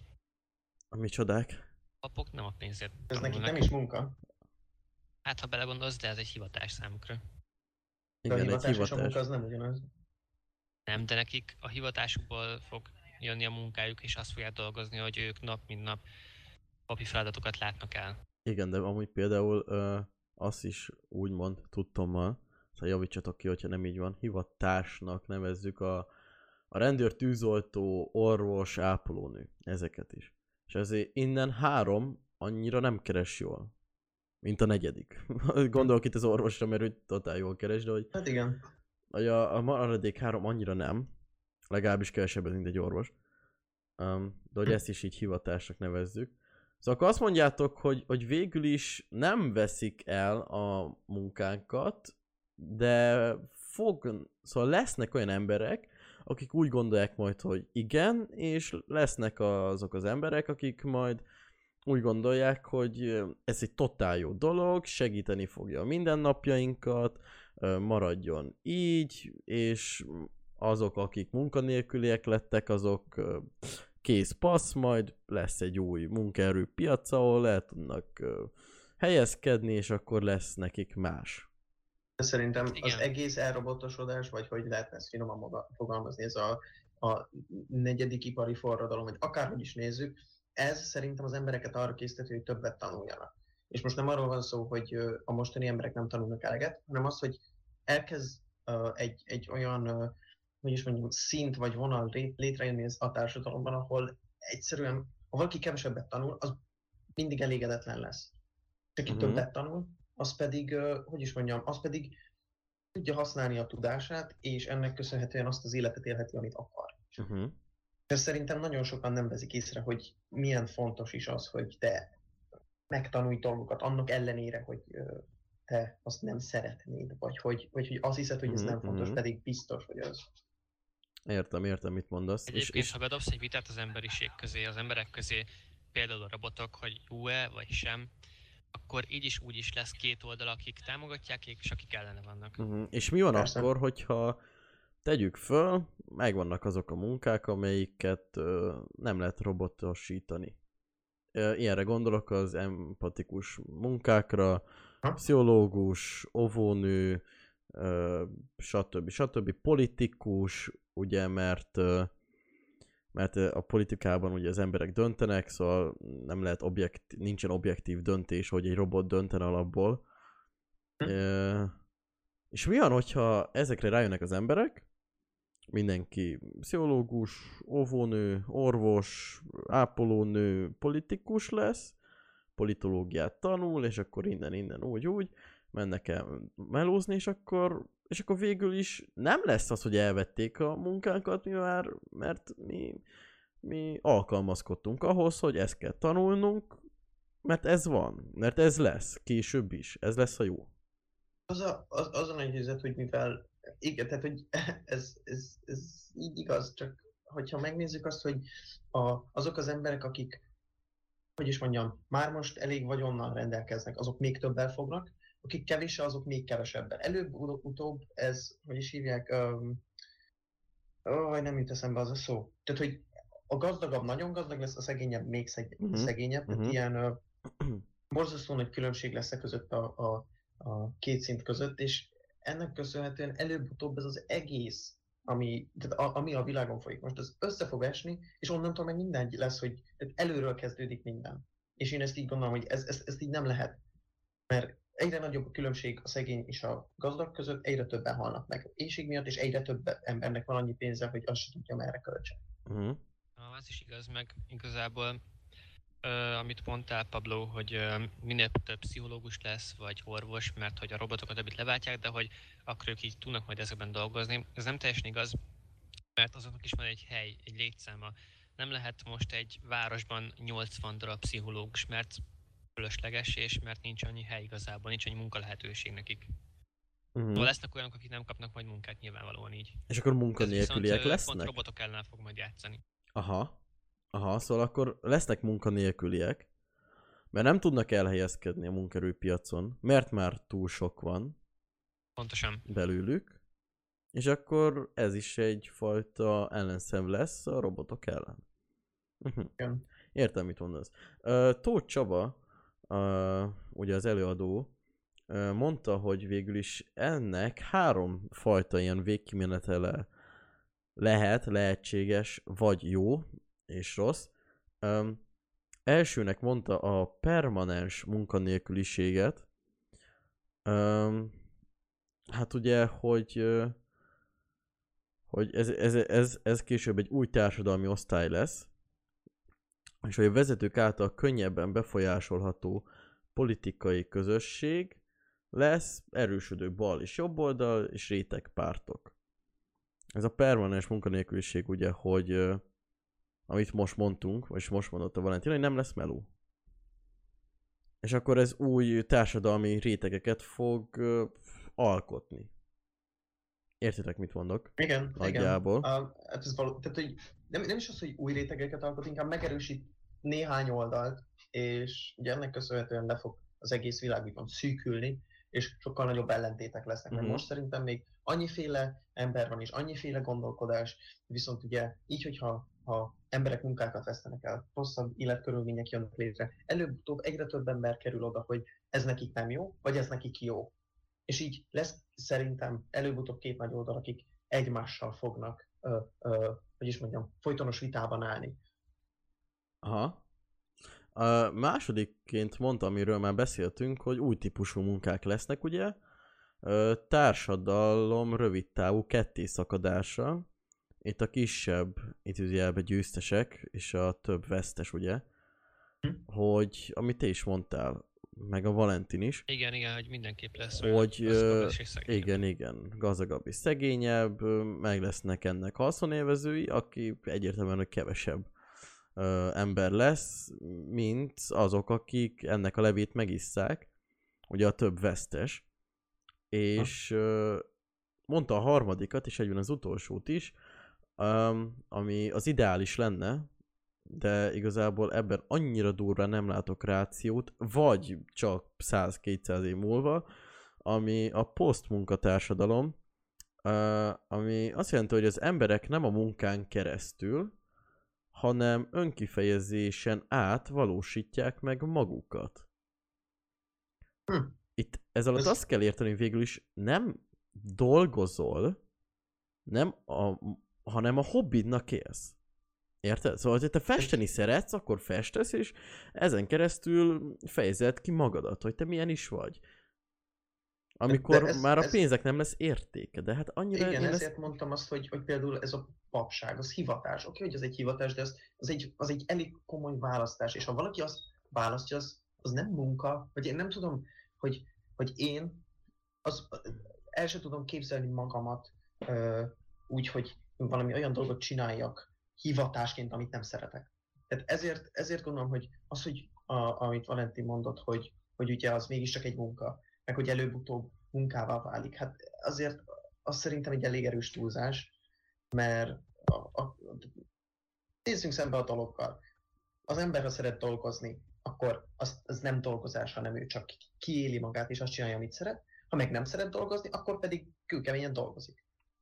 Speaker 1: A micsodák?
Speaker 3: A papok nem a pénzért
Speaker 2: Ez nekik
Speaker 3: tanulnak.
Speaker 2: nem is munka.
Speaker 3: Hát ha belegondolsz, de ez egy hivatás számukra.
Speaker 2: De a
Speaker 1: Igen, egy
Speaker 2: hivatás és a
Speaker 1: hivatás.
Speaker 2: munka az nem ugyanaz.
Speaker 3: Nem, de nekik a hivatásukból fog jönni a munkájuk, és azt fogják dolgozni, hogy ők nap mint nap papi feladatokat látnak el.
Speaker 1: Igen, de amúgy például ö, azt is úgymond tudtommal, szóval javítsatok ki, hogyha nem így van, hivatásnak nevezzük a, a rendőr, tűzoltó, orvos, ápolónő, ezeket is. És ezért innen három annyira nem keres jól, mint a negyedik. Gondolok itt az orvosra, mert ő totál jól keres, de hogy,
Speaker 2: Hát igen.
Speaker 1: hogy a, a maradék három annyira nem, legalábbis kevesebbet, mint egy orvos. Um, de hogy ezt is így hivatásnak nevezzük. Szóval akkor azt mondjátok, hogy, hogy végül is nem veszik el a munkánkat, de fog, szóval lesznek olyan emberek, akik úgy gondolják majd, hogy igen, és lesznek azok az emberek, akik majd úgy gondolják, hogy ez egy totál jó dolog, segíteni fogja a mindennapjainkat, maradjon így, és azok, akik munkanélküliek lettek, azok kész passz, majd lesz egy új munkaerőpiac, ahol el tudnak helyezkedni, és akkor lesz nekik más.
Speaker 2: De szerintem
Speaker 3: Igen.
Speaker 2: az egész elrobotosodás, vagy hogy lehetne ezt finoman maga, fogalmazni, ez a, a negyedik ipari forradalom, vagy akárhogy is nézzük, ez szerintem az embereket arra készíteti, hogy többet tanuljanak. És most nem arról van szó, hogy ö, a mostani emberek nem tanulnak eleget, hanem az, hogy elkezd uh, egy, egy olyan, uh, hogy is mondjuk, szint vagy vonal lé- létrejönni az a társadalomban, ahol egyszerűen, ha valaki kevesebbet tanul, az mindig elégedetlen lesz. És aki
Speaker 1: Mhm.
Speaker 2: többet tanul, az pedig, uh, hogy is mondjam, az pedig tudja használni a tudását, és ennek köszönhetően azt az életet élheti, amit akar.
Speaker 1: Uh-huh.
Speaker 2: És szerintem nagyon sokan nem veszik észre, hogy milyen fontos is az, hogy te megtanulj dolgokat, annak ellenére, hogy ö, te azt nem szeretnéd, vagy hogy, vagy hogy azt hiszed, hogy ez
Speaker 1: Mhm,
Speaker 2: nem fontos,
Speaker 1: mhm.
Speaker 2: pedig biztos, hogy az.
Speaker 1: Értem, értem, mit mondasz. És,
Speaker 3: Egyébként,
Speaker 1: és
Speaker 3: ha bedobsz egy vitát az emberiség közé, az emberek közé, például a robotok, hogy jó-e vagy sem, akkor így is úgy is lesz két oldal, akik támogatják, és akik ellene vannak.
Speaker 1: Uh-huh. És mi van
Speaker 2: Persze.
Speaker 1: akkor, hogyha tegyük föl, megvannak azok a munkák, amelyiket ö, nem lehet robotosítani. Ö, ilyenre gondolok az empatikus munkákra,
Speaker 2: Ha?
Speaker 1: pszichológus, óvónő, ö, stb. stb. Politikus, ugye, mert ö, mert a politikában ugye az emberek döntenek, szóval nem lehet objekt, nincsen objektív döntés, hogy egy robot dönten alapból.
Speaker 2: Hm.
Speaker 1: E, és mi van, hogyha ezekre rájönnek az emberek, mindenki pszichológus, óvónő, orvos, ápolónő, politikus lesz, politológiát tanul, és akkor innen, innen, úgy, úgy, mennek el melózni, és akkor, és akkor végül is nem lesz az, hogy elvették a munkánkat, mi már, mert mi, mi alkalmazkodtunk ahhoz, hogy ezt kell tanulnunk, mert ez van, mert ez lesz, később is, ez lesz a jó.
Speaker 2: Az a, az, az a nagy helyzet, hogy mivel, igen, tehát hogy ez, ez, ez így igaz, csak hogyha megnézzük azt, hogy a, azok az emberek, akik, hogy is mondjam, már most elég vagyonnal rendelkeznek, azok még többel fognak, akik kevéssel, azok még kevesebben. Előbb-utóbb ez, hogy is hívják, um, oh, nem jut eszembe az a szó. Tehát, hogy a gazdagabb nagyon gazdag lesz, a szegényebb még szeg,
Speaker 1: uh-huh.
Speaker 2: szegényebb, tehát
Speaker 1: uh-huh.
Speaker 2: ilyen uh, borzasztó nagy különbség lesz a között a, a, a két szint között, és ennek köszönhetően előbb-utóbb ez az egész, ami, tehát a, ami a világon folyik most, az össze fog esni, és onnantól meg minden lesz, hogy tehát előről kezdődik minden. És én ezt így gondolom, hogy ez, ez, ezt így nem lehet, mert egyre nagyobb a különbség a szegény és a gazdag között, egyre többen halnak meg éhség miatt, és egyre több embernek van annyi pénze, hogy azt sem tudja, merre költsen.
Speaker 1: Uh-huh.
Speaker 3: Az is igaz, meg igazából, ö, amit mondtál, Pablo, hogy ö, minél több pszichológus lesz, vagy orvos, mert hogy a robotokat többit leváltják, de hogy akkor ők így tudnak majd ezekben dolgozni. Ez nem teljesen igaz, mert azoknak is van egy hely, egy létszáma. Nem lehet most egy városban nyolcvan darab pszichológus, mert fölösleges, és mert nincs annyi hely igazából, nincs annyi munkalehetőség nekik.
Speaker 1: Uh-huh.
Speaker 3: Szóval lesznek olyanok, akik nem kapnak majd munkát, nyilvánvalóan így.
Speaker 1: És akkor munkanélküliek
Speaker 3: viszont,
Speaker 1: lesznek?
Speaker 3: Pont robotok ellen fog majd játszani.
Speaker 1: Aha. Aha, szóval akkor lesznek munkanélküliek, mert nem tudnak elhelyezkedni a munkaerőpiacon, mert már túl sok van.
Speaker 3: Pontosan.
Speaker 1: Belőlük. És akkor ez is egyfajta ellenszem lesz a robotok ellen. Uh-huh. Értem, mit mondasz. Uh, Tóth Csaba, uh, ugye az előadó, uh, mondta, hogy végül is ennek három fajta ilyen végkimenetele lehet, lehetséges, vagy jó és rossz. Um, elsőnek mondta a permanens munkanélküliséget. Um, hát ugye, hogy, uh, hogy ez, ez, ez, ez később egy új társadalmi osztály lesz, és hogy a vezetők által könnyebben befolyásolható politikai közösség lesz, erősödő bal és jobb oldal és rétegpártok. Ez a permanens munkanélküliség ugye, hogy uh, amit most mondtunk, vagy most mondott a Valentin, hogy nem lesz meló. És akkor ez új társadalmi rétegeket fog uh, alkotni. Értitek, mit mondok?
Speaker 2: Igen,
Speaker 1: nagyjából.
Speaker 2: igen. Uh, hát ez való, tehát, hogy nem, nem is az, hogy új rétegeket alkot, inkább megerősít néhány oldalt, és ugye ennek köszönhetően le fog az egész világ úgymond szűkülni, és sokkal nagyobb ellentétek lesznek. Uh-huh. Mert most szerintem még annyiféle ember van, és annyiféle gondolkodás, viszont ugye így, hogyha ha emberek munkákat vesztenek el, rosszabb életkörülmények jönnek létre, előbb-utóbb egyre több ember kerül oda, hogy ez nekik nem jó, vagy ez nekik jó. És így lesz szerintem előbb-utóbb két nagy oldal, akik egymással fognak, ö, ö, hogy is mondjam, folytonos vitában állni.
Speaker 1: Aha. A másodikként mondta, amiről már beszéltünk, hogy új típusú munkák lesznek, ugye? Társadalom rövidtávú kettészakadása. Itt a kisebb idézőjelben győztesek, és a több vesztes, ugye? Hm? Hogy, amit te is mondtál, meg a Valentin is.
Speaker 3: Igen, igen, hogy mindenképp lesz
Speaker 1: hogy olyan igen, igen, gazdagabb és szegényebb, meg lesznek ennek haszonélvezői, aki egyértelműen, hogy kevesebb ö, ember lesz, mint azok, akik ennek a levét megisszák, ugye a több vesztes. És ö, mondta a harmadikat, és egyben az utolsót is, um, ami az ideális lenne, de igazából ebben annyira durván nem látok rációt, vagy csak száz-kétszáz év múlva, ami a posztmunkatársadalom, uh, ami azt jelenti, hogy az emberek nem a munkán keresztül, hanem önkifejezésen át valósítják meg magukat.
Speaker 2: Hm.
Speaker 1: Itt ez alatt
Speaker 2: Ez...
Speaker 1: azt kell érteni, hogy végül is nem dolgozol, nem a, hanem a hobbidnak élsz. Érted? Szóval, ha te festeni szeretsz, akkor festesz, és ezen keresztül fejezed ki magadat, hogy te milyen is vagy. Amikor ez, már a ez... pénzek nem lesz értéke, de hát annyira...
Speaker 2: Igen, ezért
Speaker 1: lesz...
Speaker 2: mondtam azt, hogy, hogy például ez a papság, az hivatás. Oké, hogy ez egy hivatás, de ez, az, egy, az egy elég komoly választás, és ha valaki azt választja, az, az nem munka, vagy én nem tudom, hogy, hogy én az, el sem tudom képzelni magamat ö, úgy, hogy valami olyan dolgot csináljak hivatásként, amit nem szeretek. Tehát ezért, ezért gondolom, hogy az, hogy a, amit Valentin mondott, hogy, hogy ugye az mégiscsak egy munka, meg hogy előbb-utóbb munkává válik. Hát azért az szerintem egy elég erős túlzás, mert a, a, nézzünk szembe a dolgokkal. Az ember, ha szeret dolgozni, akkor az, az nem dolgozás, hanem ő csak kiéli magát, és azt csinálja, amit szeret. Ha meg nem szeret dolgozni, akkor pedig kőkeményen dolgozik.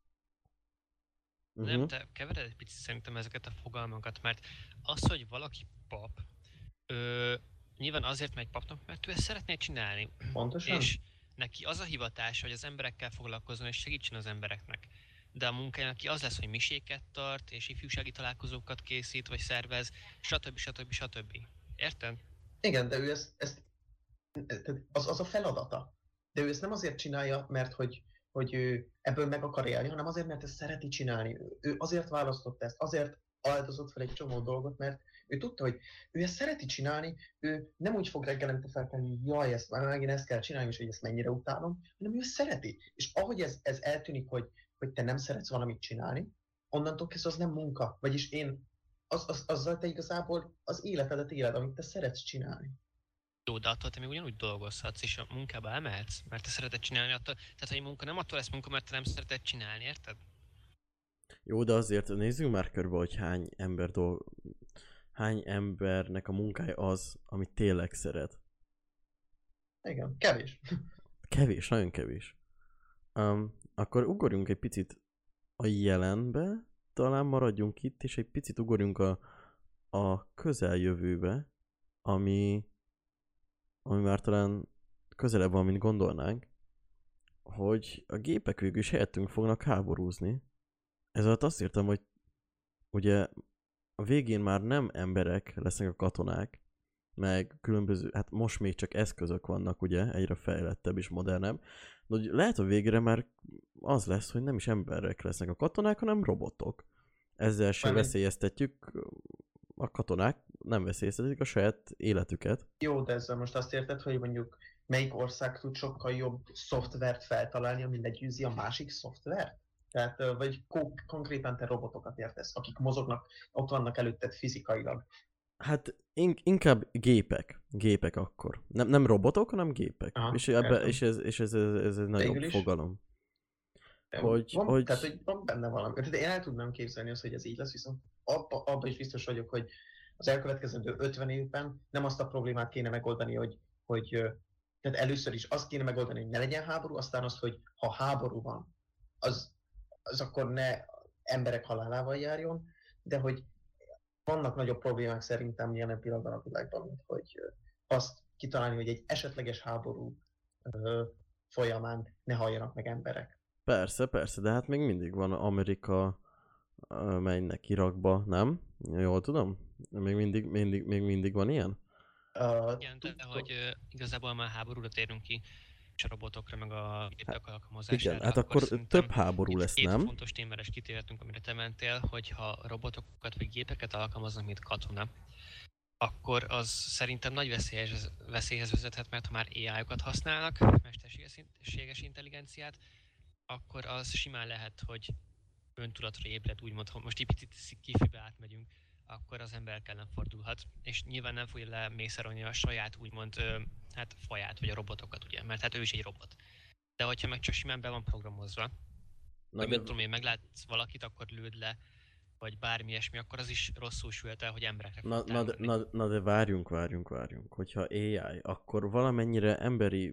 Speaker 3: Uh-huh. Nem, te kevered egy picit szerintem ezeket a fogalmakat, mert az, hogy valaki pap, ö, nyilván azért megy papnak, mert ő ezt szeretné csinálni.
Speaker 2: Pontosan.
Speaker 3: És neki az a hivatása, hogy az emberekkel foglalkozzon és segítsen az embereknek. De a munkája neki az lesz, hogy miséket tart, és ifjúsági találkozókat készít, vagy szervez, stb. stb. stb. Érted?
Speaker 2: Igen, de ő ezt, ezt az, az a feladata. De ő ezt nem azért csinálja, mert hogy, hogy ő ebből meg akar élni, hanem azért, mert ezt szereti csinálni. Ő azért választott ezt, azért áldozott fel egy csomó dolgot, mert ő tudta, hogy ő ezt szereti csinálni, ő nem úgy fog reggelente felkelni, hogy jaj, ezt már megint ezt kell csinálni, és hogy ezt mennyire utálom, hanem ő szereti. És ahogy ez, ez eltűnik, hogy, hogy te nem szeretsz valamit csinálni, onnantól kezdve az nem munka. Vagyis én, az, az, azzal te igazából az életedet éled, amit te szeretsz csinálni.
Speaker 3: Jó, de attól te még ugyanúgy dolgozhatsz, és a munkába emelhetsz, mert te szereted csinálni attól. Tehát, hogy munka nem attól lesz munka, mert te nem szereted csinálni, érted?
Speaker 1: Jó, de azért nézzünk már körbe, hogy hány ember dolg... hány embernek a munkája az, amit tényleg szeret.
Speaker 2: Igen, kevés.
Speaker 1: Kevés, nagyon kevés. Um, akkor ugorjunk egy picit a jelenbe, talán maradjunk itt, és egy picit ugorjunk a, a közeljövőbe, ami, ami már talán közelebb van, mint gondolnánk, hogy a gépek végül is helyettünk fognak háborúzni. Ez alatt azt írtam, hogy ugye a végén már nem emberek lesznek a katonák, meg különböző, hát most még csak eszközök vannak, ugye, egyre fejlettebb és modernebb, de hogy lehet a végére már az lesz, hogy nem is emberek lesznek a katonák, hanem robotok. Ezzel sem veszélyeztetjük a katonák, nem veszélyeztetik a saját életüket.
Speaker 2: Jó, de ezzel most azt érted, hogy mondjuk melyik ország tud sokkal jobb szoftvert feltalálni, ami legyőzi a másik szoftvert? Tehát, vagy konkrétan te robotokat értesz, akik mozognak, ott vannak előtted fizikailag.
Speaker 1: Hát in- inkább gépek. Gépek akkor. Nem, nem robotok, hanem gépek.
Speaker 2: Aha,
Speaker 1: és, ebbe, és, ez, és ez, ez, ez egy nagyobb fogalom.
Speaker 2: Hogy, van, hogy... Tehát, hogy van benne valami. Tehát én el tudnám képzelni azt, hogy ez így lesz, viszont abba, abba is biztos vagyok, hogy az elkövetkezendő ötven évben nem azt a problémát kéne megoldani, hogy, hogy tehát először is azt kéne megoldani, hogy ne legyen háború, aztán azt, hogy ha háború van, az, az akkor ne emberek halálával járjon, de hogy vannak nagyobb problémák szerintem jelen pillanatban a világban, mint hogy azt kitalálni, hogy egy esetleges háború ö, folyamán ne halljanak meg emberek.
Speaker 1: Persze, persze, de hát még mindig van Amerika ö, mennek Irakba, nem? Jól tudom? Még mindig, mindig, még mindig van ilyen?
Speaker 3: Uh, Igen, de hogy uh, igazából már háborúra térünk ki, és a robotokra, meg a gépek alkalmazására.
Speaker 1: Igen, hát akkor, akkor több háború lesz,
Speaker 3: két
Speaker 1: nem?
Speaker 3: Két fontos témára is kitértünk, amire te mentél, hogyha robotokat vagy gépeket alkalmaznak, mint katona, akkor az szerintem nagy veszélyhez, veszélyhez vezethet, mert ha már á í-okat használnak, mesterséges intelligenciát, akkor az simán lehet, hogy öntudatra ébred, úgymond, ha most egy picit kifibe átmegyünk, akkor az ember ellen fordulhat, és nyilván nem fogja lemészárolni a saját úgymond ö, hát faját, vagy a robotokat, ugye, mert hát ő is egy robot. De hogyha meg csak simán be van programozva, vagy de... tudom én, meglátsz valakit, akkor lőd le, vagy bármi ilyesmi, akkor az is rosszul sült el, hogy emberekre
Speaker 1: na, na, de, na, na de várjunk, várjunk, várjunk. Hogyha á i, akkor valamennyire emberi,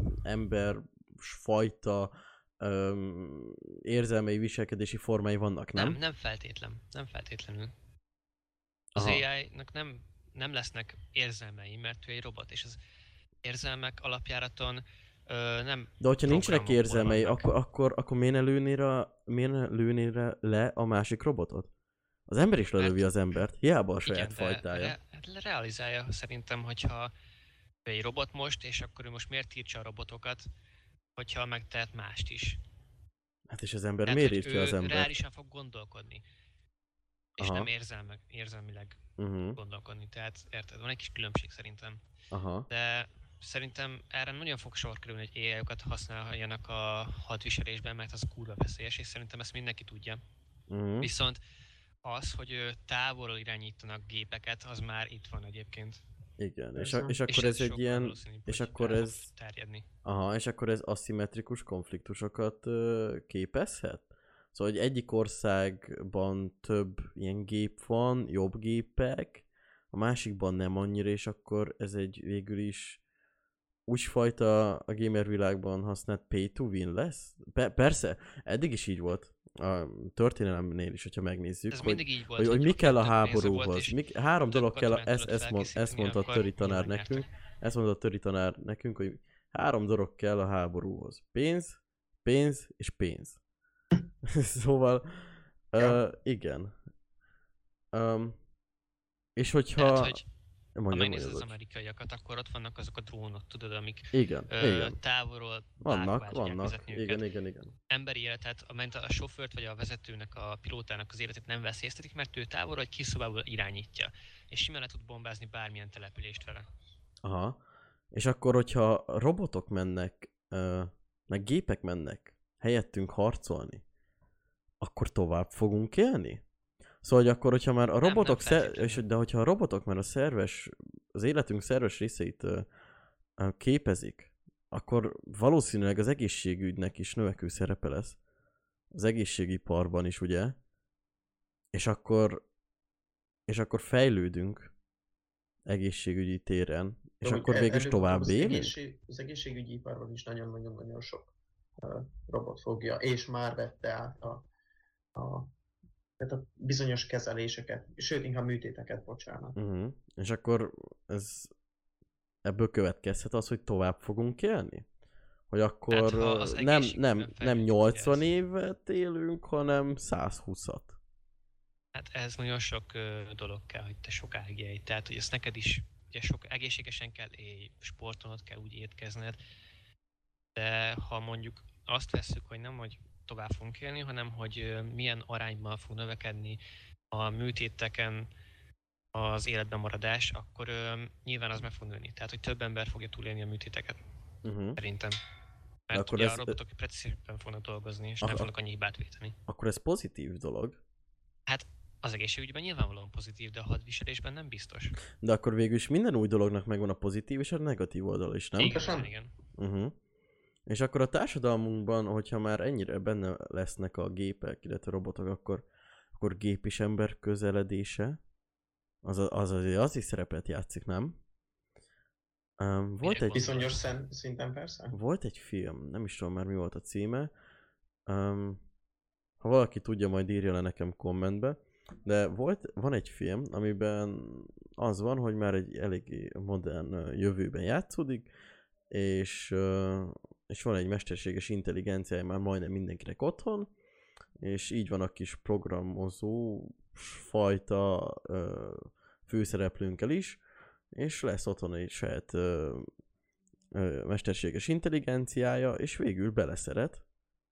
Speaker 1: emberfajta öm, érzelmei, viselkedési formái vannak, nem?
Speaker 3: Nem, nem feltétlen, nem feltétlenül. Az
Speaker 1: Aha.
Speaker 3: á í-nak nem, nem lesznek érzelmei, mert ő egy robot, és az érzelmek alapjáraton ö, nem.
Speaker 1: De hogyha nincsenek érzelmei, akkor, akkor, akkor miért ne lőnél, miért ne lőnél le a másik robotot? Az ember is lelövi mert... az embert, hiába a saját igen, fajtája.
Speaker 3: Re- realizálja szerintem, hogyha ő egy robot most, és akkor ő most miért tiltsa a robotokat, hogyha megtehet mást is.
Speaker 1: Hát és az ember
Speaker 3: tehát,
Speaker 1: miért írtja az embert?
Speaker 3: Ő reálisan fog gondolkodni. És
Speaker 1: aha.
Speaker 3: nem érzelmek, érzelmileg
Speaker 1: uh-huh.
Speaker 3: gondolkodni, tehát érted, van egy kis különbség szerintem.
Speaker 1: Aha.
Speaker 3: De szerintem erre nagyon fog sor kerülni, hogy á í-okat használjanak a hadviselésben, mert az kurva veszélyes, és szerintem ezt mindenki tudja.
Speaker 1: Uh-huh.
Speaker 3: Viszont az, hogy távolról irányítanak gépeket, az már itt van egyébként.
Speaker 1: Igen, és, a, és akkor
Speaker 3: és
Speaker 1: ez egy ilyen, és akkor ez,
Speaker 3: terjedni.
Speaker 1: aha, és akkor ez aszimmetrikus konfliktusokat ö, képezhet? Szóval, hogy egyik országban több ilyen gép van, jobb gépek, a másikban nem annyira, és akkor ez egy végül is úgyfajta a gamer világban használt pay to win lesz? Pe- persze, eddig is így volt. A történelemnél is, hogyha megnézzük,
Speaker 3: ez
Speaker 1: hogy,
Speaker 3: így volt,
Speaker 1: hogy, hogy mi kell a háborúhoz.
Speaker 3: volt,
Speaker 1: Mi, három dolog kell, a, ezt,
Speaker 3: ezt,
Speaker 1: ezt, mond, ezt mondta a Töri tanár nekünk, ezt mondta a Töri tanár nekünk, hogy három dolog kell a háborúhoz. Pénz, pénz és pénz. Szóval, ja. uh, igen. Um, és hogyha... Tehát,
Speaker 3: hogy ha megnézed az amerikaiakat, akkor ott vannak azok a drónok, tudod, amik
Speaker 1: igen,
Speaker 3: ö,
Speaker 1: igen.
Speaker 3: távolról
Speaker 1: vannak, vannak, igen, igen, igen.
Speaker 3: Emberi életet, a, a sofőrt vagy a vezetőnek, a pilótának az életét nem veszélyeztetik, mert ő távolról egy kis szobából irányítja, és simán le tud bombázni bármilyen települést vele.
Speaker 1: Aha. És akkor, hogyha robotok mennek, uh, meg gépek mennek helyettünk harcolni, akkor tovább fogunk élni? Szóval, hogy akkor, hogyha már a robotok, nem, nem szer- és, de hogyha a robotok már a szerves, az életünk szerves részeit uh, uh, képezik, akkor valószínűleg az egészségügynek is növekvő szerepe lesz. Az egészségiparban is, ugye? És akkor, és akkor fejlődünk egészségügyi téren, és Robot, akkor végül is tovább élünk?
Speaker 2: Az, egészség, az egészségügyi iparban is nagyon-nagyon-nagyon sok uh, robot fogja, és már vette át a, a tehát a bizonyos kezeléseket, sőt, inkább műtéteket, bocsánat.
Speaker 1: Uh-huh. És akkor ez ebből következhet az, hogy tovább fogunk élni? Hogy akkor hát, nem, nem, nem nyolcvan évet élünk, hanem százhúszat.
Speaker 3: Hát ez nagyon sok ö, dolog kell, hogy te sokáig élj. Tehát, hogy ezt neked is ugye sok egészségesen kell élj, sportolnod kell, úgy étkezned. De ha mondjuk azt vesszük, hogy nem, hogy tovább fogunk élni, hanem hogy milyen arányban fog növekedni a műtéteken az életben maradás, akkor ö, nyilván az meg fog nőni. Tehát, hogy több ember fogja túlélni a műtéteket. Uh-huh. Szerintem. Mert akkor ugye ez... a robotok precízebben fognak dolgozni, és a... nem fognak annyi hibát véteni.
Speaker 1: Akkor ez pozitív dolog?
Speaker 3: Hát az egészségügyben nyilvánvalóan pozitív, de a hadviselésben nem biztos.
Speaker 1: De akkor végül is minden új dolognak megvan a pozitív és a negatív oldala is, nem?
Speaker 3: Igen, igen.
Speaker 1: Uh-huh. És akkor a társadalmunkban, hogyha már ennyire benne lesznek a gépek, illetve a robotok, akkor, akkor gép és ember közeledése, az, az, az, az is szerepet játszik, nem? Um, volt egy,
Speaker 2: bizonyos szem, szinten persze.
Speaker 1: Volt egy film, nem is tudom már mi volt a címe. Um, ha valaki tudja, majd írja le nekem kommentbe. De volt, van egy film, amiben az van, hogy már egy eléggé modern jövőben játszódik, és, és van egy mesterséges intelligenciája már majdnem mindenkinek otthon, és így van a kis programozó fajta főszereplőnkkel is, és lesz otthon egy saját mesterséges intelligenciája, és végül beleszeret.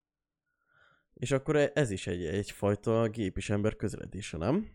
Speaker 1: És akkor ez is egy, egyfajta gép és ember közeledése, nem?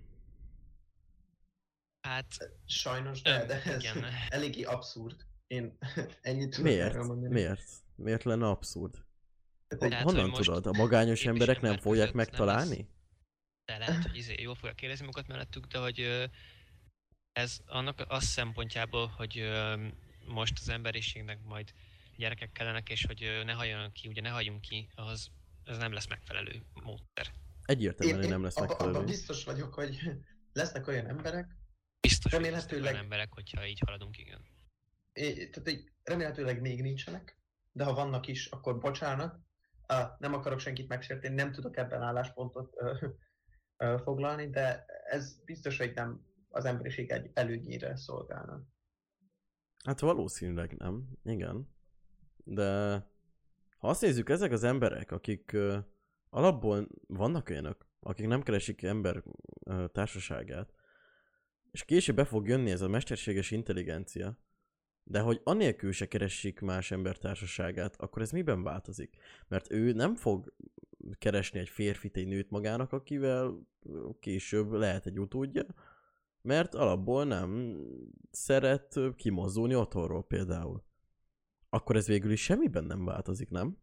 Speaker 3: Hát...
Speaker 2: Sajnos, de, de ez igen. Eléggé abszurd. Én ennyit tudom
Speaker 1: Miért?
Speaker 2: mondani.
Speaker 1: Miért? Miért lenne abszurd?
Speaker 2: Tehát,
Speaker 1: hát, honnan tudod? A magányos emberek nem fogják megtalálni?
Speaker 3: Nem de lehet, hogy izé, jól fogják kérdezni magukat mellettük, de hogy ez annak az szempontjából, hogy most az emberiségnek majd gyerekek kellenek, és hogy ne halljanak ki, ugye ne halljunk ki, az ez nem lesz megfelelő módszer.
Speaker 1: Egyértelműen én, nem lesz
Speaker 2: abba,
Speaker 1: megfelelő.
Speaker 2: Abban biztos vagyok, hogy lesznek olyan emberek,
Speaker 3: biztos, remélhetőleg... hogy olyan emberek, hogyha így haladunk, igen.
Speaker 2: É, tehát így, remélhetőleg még nincsenek, de ha vannak is, akkor bocsánat. Uh, nem akarok senkit megsérteni, nem tudok ebben álláspontot uh, uh, foglalni, de ez biztos, hogy nem az emberiség egy előnyére szolgálna.
Speaker 1: Hát valószínűleg nem, igen. De ha azt nézzük, ezek az emberek, akik uh, alapból vannak olyanok, akik nem keresik ember uh, társaságát, és később be fog jönni ez a mesterséges intelligencia, de hogy anélkül se keresik más ember társaságát, akkor ez miben változik? Mert ő nem fog keresni egy férfit, egy nőt magának, akivel később lehet egy utódja, mert alapból nem szeret kimozdulni otthonról például. Akkor ez végül is semmiben nem változik, nem?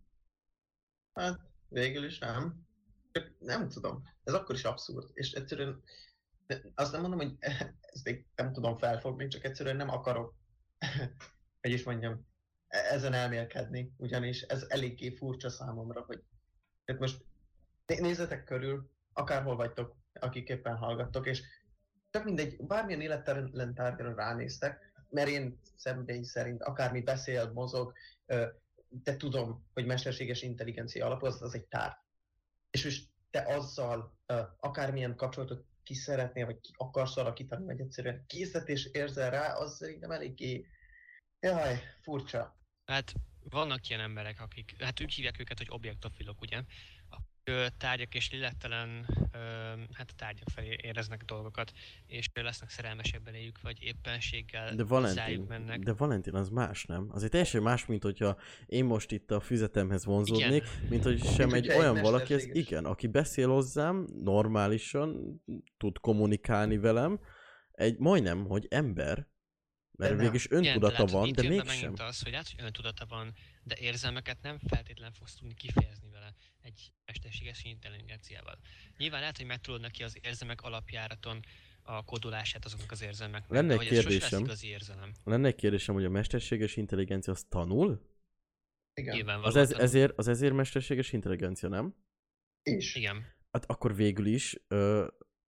Speaker 2: Hát végül is nem. Nem tudom. Ez akkor is abszurd. És egyszerűen De azt nem mondom, hogy ezt még nem tudom felfogni, csak egyszerűen nem akarok, hogy is mondjam, ezen elmélkedni, ugyanis ez eléggé furcsa számomra, hogy tehát most nézzetek körül, akárhol vagytok, akik éppen hallgattok, és csak mindegy, bármilyen élettelen tárgyra ránéztek, mert én személy szerint akármi beszél, mozog, de tudom, hogy mesterséges intelligencia alapoz, az egy tárgy. És most te azzal akármilyen kapcsolatot ki szeretnél, vagy ki akarsz alakítani, vagy egyszerűen készítés érzel rá, az szerintem eléggé, jaj, furcsa.
Speaker 3: Hát vannak ilyen emberek, akik, hát ők hívják őket, hogy objektofilok, ugye? Akik tárgyak és lillettelen, hát a tárgyak felé éreznek dolgokat, és lesznek szerelmesek beléjük, vagy éppenséggel
Speaker 1: de
Speaker 3: hozzájuk mennek.
Speaker 1: De Valentin az más, nem? Azért teljesen más, mint hogyha én most itt a füzetemhez vonzódnék, igen. mint hogy sem mint egy olyan valaki, ez, igen, aki beszél hozzám, normálisan tud kommunikálni velem, egy majdnem, hogy ember, mert végülis öntudata igen, van, de mégsem.
Speaker 3: Megint az, hogy lehet, hogy öntudata van, de érzelmeket nem feltétlen fogsz tudni kifejezni vele egy mesterséges intelligenciával. Nyilván lehet, hogy megtudod neki az érzelmek alapjáraton a kódolását azoknak az érzelmeknek,
Speaker 1: lenne
Speaker 3: de
Speaker 1: egy
Speaker 3: hogy ez
Speaker 1: kérdésem,
Speaker 3: sose lesz igazi érzelem.
Speaker 1: Lenne egy kérdésem, hogy a mesterséges intelligencia az tanul?
Speaker 2: Igen.
Speaker 1: Az, ez, ezért, az ezért mesterséges intelligencia, nem?
Speaker 2: És?
Speaker 3: Igen.
Speaker 1: Hát akkor végül is ö,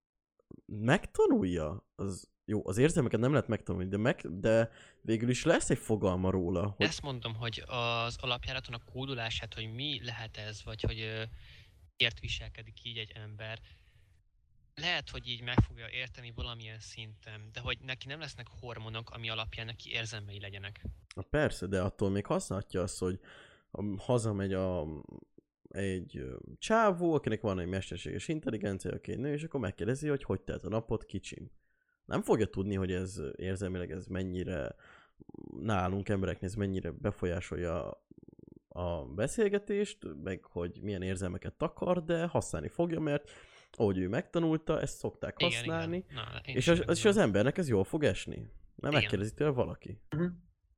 Speaker 1: megtanulja az... Jó, az érzelmeket nem lehet megtanulni, de, meg, de végül is lesz egy fogalma róla.
Speaker 3: Hogy... Ezt mondom, hogy az alapjáraton a kódolását, hogy mi lehet ez, vagy hogy ö, miért viselkedik így egy ember, lehet, hogy így meg fogja érteni valamilyen szinten, de hogy neki nem lesznek hormonok, ami alapján neki érzelmei legyenek.
Speaker 1: Na persze, de attól még használhatja azt, hogy hazamegy a, egy csávó, akinek van egy mesterséges intelligencia, aki egy nő, és akkor megkérdezi, hogy hogy telt a napot, kicsim. Nem fogja tudni, hogy ez érzelmileg ez mennyire nálunk embereknél ez mennyire befolyásolja a beszélgetést, meg hogy milyen érzelmeket takar, de használni fogja, mert ahogy ő megtanulta, ezt szokták igen, használni, igen. Na, és, az, az, és az embernek ez jól fog esni. Nem megkérdezi tőle valaki. Uh-huh.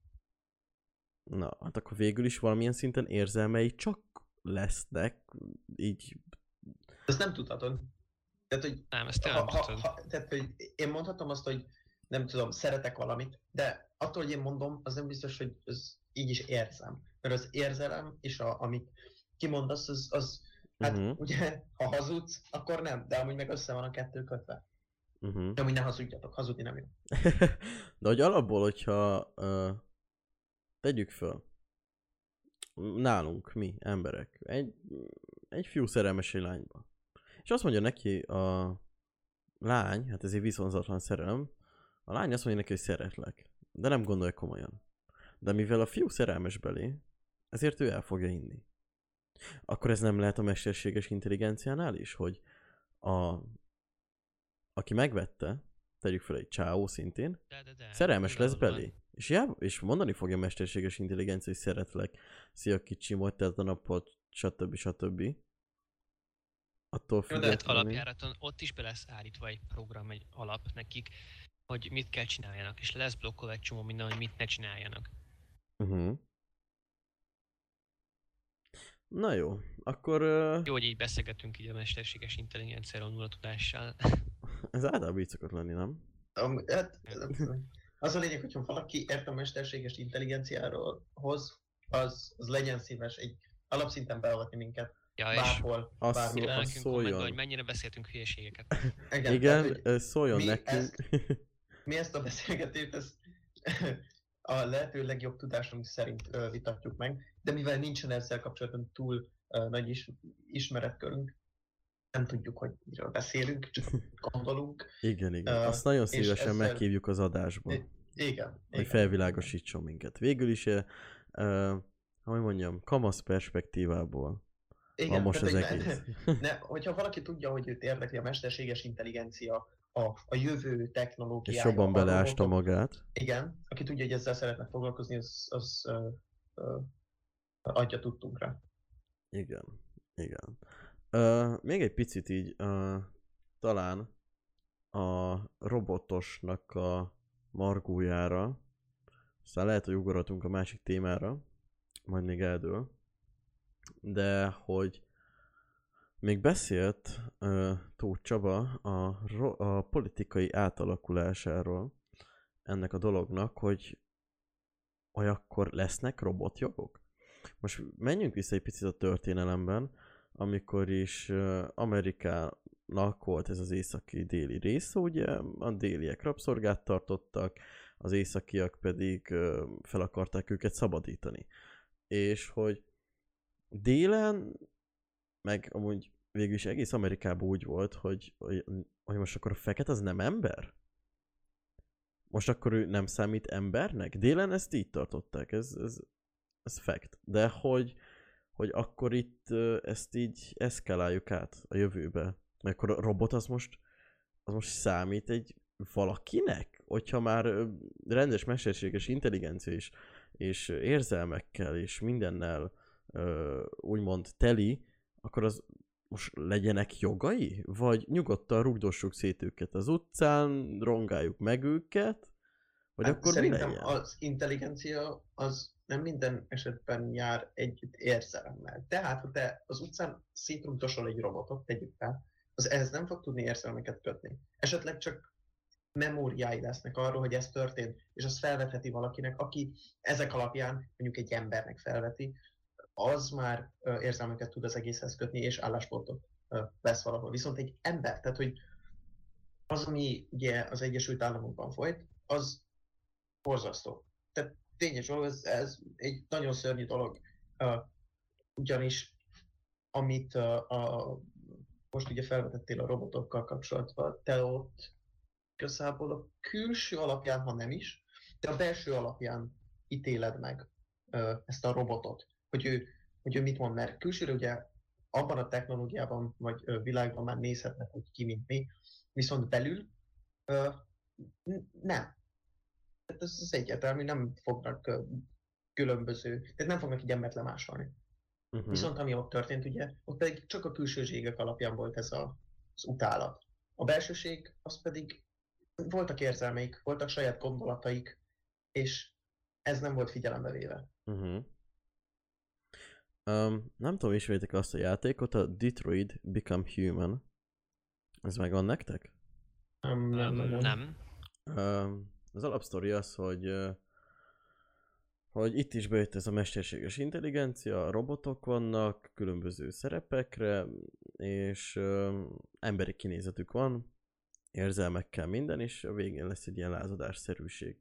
Speaker 1: Na, hát akkor végül is valamilyen szinten érzelmei csak lesznek, így...
Speaker 2: Ezt nem tudhatod. Tehát, hogy,
Speaker 3: nem, ezt
Speaker 2: ha,
Speaker 3: nem
Speaker 2: ha, ha, tehát, hogy én mondhatom azt, hogy nem tudom, szeretek valamit, de attól, hogy én mondom, az nem biztos, hogy ez így is érzem. Mert az érzelem és a, amit kimondasz, az, az hát uh-huh. ugye, ha hazudsz, akkor nem, de amúgy meg össze van a kettő kötve. Uh-huh. De amúgy ne hazudjatok, hazudni nem jó.
Speaker 1: De hogy alapból, hogyha uh, tegyük föl, nálunk, mi, emberek, egy, egy fiú szerelmes egy lányba. És azt mondja neki a lány, hát ez egy viszonzatlan szerelem, a lány azt mondja neki, hogy szeretlek, de nem gondolja komolyan. De mivel a fiú szerelmes belé, ezért ő el fogja inni. Akkor ez nem lehet a mesterséges intelligenciánál is, hogy a, aki megvette, tegyük fel egy csáó szintén,
Speaker 3: de, de, de,
Speaker 1: szerelmes lesz belé. És, já, és mondani fogja a mesterséges intelligencia, hogy szeretlek, szia kicsim, hogy telt a napot, stb. stb. Attól
Speaker 3: függetlenül... alapjáraton ott is be lesz állítva egy program, egy alap nekik, hogy mit kell csináljanak, és lesz blokkolva egy csomó minden, hogy mit ne csináljanak.
Speaker 1: Uh-huh. Na jó, akkor... Uh...
Speaker 3: Jó, hogy így beszélgetünk így a mesterséges intelligenciáról nulla tudással.
Speaker 1: Ez általában így szokott lenni, nem?
Speaker 2: Um, hát, az a lényeg, hogyha valaki ért a mesterséges intelligenciáról hoz, az, az legyen szíves egy alapszinten beavatni minket.
Speaker 3: Ja,
Speaker 2: bárhol,
Speaker 1: bármilyen.
Speaker 3: Azt szóljon. Hogy mennyire beszéltünk hülyeségeket.
Speaker 1: Igen, Igen tehát, szóljon
Speaker 2: mi
Speaker 1: nekünk.
Speaker 2: Ezt, mi ezt a beszélgetést ezt a lehető legjobb tudásunk szerint uh, vitatjuk meg, de mivel nincsen ezzel kapcsolatban túl uh, nagy is, ismeretkörünk, nem tudjuk, hogy miről beszélünk, csak gondolunk.
Speaker 1: Igen, igen. Uh, Azt nagyon szívesen ezzel... meghívjuk az adásba.
Speaker 2: I- igen.
Speaker 1: Hogy
Speaker 2: igen.
Speaker 1: felvilágosítson minket. Végül is, uh, hogy mondjam, kamasz perspektívából.
Speaker 2: Igen,
Speaker 1: most az
Speaker 2: tehát,
Speaker 1: egész.
Speaker 2: Ne, ne, hogyha valaki tudja, hogy őt érdekli a mesterséges intelligencia, a, a jövő technológiája.
Speaker 1: És jobban beleásta magát.
Speaker 2: Igen, aki tudja, hogy ezzel szeretne foglalkozni, az, az uh, uh, adja tudtunkra.
Speaker 1: Igen, igen. Uh, még egy picit így, uh, talán a robotosnak a margójára, aztán lehet, hogy ugorhatunk a másik témára, majd még eldől, de hogy Még beszélt uh, Tóth Csaba a, ro- a politikai átalakulásáról ennek a dolognak, hogy olyankor lesznek robotjogok? Most menjünk vissza egy picit a történelemben, amikor is uh, Amerikának volt ez az északi-déli része, ugye a déliek rabszolgát tartottak, az északiak pedig uh, fel akarták őket szabadítani. És hogy délen, meg amúgy végül is egész Amerikában úgy volt, hogy, hogy, hogy most akkor a fekete az nem ember? Most akkor ő nem számít embernek? Délen ezt így tartották, ez, ez, ez fact. De hogy, hogy akkor itt ezt így eszkaláljuk át a jövőbe. Mert akkor a robot az most, az most számít egy valakinek? Hogyha már rendes mesterséges intelligencia is, és érzelmekkel és mindennel úgymond teli, akkor az most legyenek jogai? Vagy nyugodtan rugdossuk szét őket az utcán, rongáljuk meg őket? Vagy
Speaker 2: Hát
Speaker 1: akkor
Speaker 2: szerintem
Speaker 1: mi legyen?
Speaker 2: az intelligencia az nem minden esetben jár együtt érzelemmel. Tehát, ha te az utcán szétrugdosol egy robotot, tegyük fel, az ehhez nem fog tudni érzelmeket kötni. Esetleg csak memóriái lesznek arról, hogy ez történt, és az felvetheti valakinek, aki ezek alapján mondjuk egy embernek felveti, az már ö, érzelmeket tud az egészhez kötni, és álláspontot ö, vesz valahol. Viszont egy ember, tehát hogy az, ami ugye az Egyesült Államokban folyt, az borzasztó. Tehát tényes dolog, ez, ez egy nagyon szörnyű dolog, uh, ugyanis amit uh, a, most ugye felvetettél a robotokkal kapcsolatban, te ott igazából a külső alapján, ha nem is, de a belső alapján ítéled meg uh, ezt a robotot, hogy ő, hogy ő mit mond, mert külsőre ugye abban a technológiában vagy uh, világban már nézhetnek úgy ki, mint mi, viszont belül uh, nem. Tehát ez az egyértelmű, nem fognak uh, különböző, tehát nem fognak így embert lemásolni.
Speaker 1: Uh-huh.
Speaker 2: Viszont ami ott történt, ugye, ott pedig csak a külsőségek alapján volt ez a, az utálat. A belsőség, az pedig voltak érzelmeik, voltak saját gondolataik, és ez nem volt figyelembe véve.
Speaker 1: Uh-huh. Um, nem tudom, ismeritek azt a játékot, a Detroit Become Human. Ez megvan nektek?
Speaker 2: Um, nem,
Speaker 3: nem.
Speaker 2: nem.
Speaker 3: nem.
Speaker 1: Um, az alapsztori az, hogy, uh, hogy itt is bejött ez a mesterséges intelligencia, robotok vannak különböző szerepekre, és uh, emberi kinézetük van, érzelmekkel minden, és a végén lesz egy ilyen lázadásszerűség.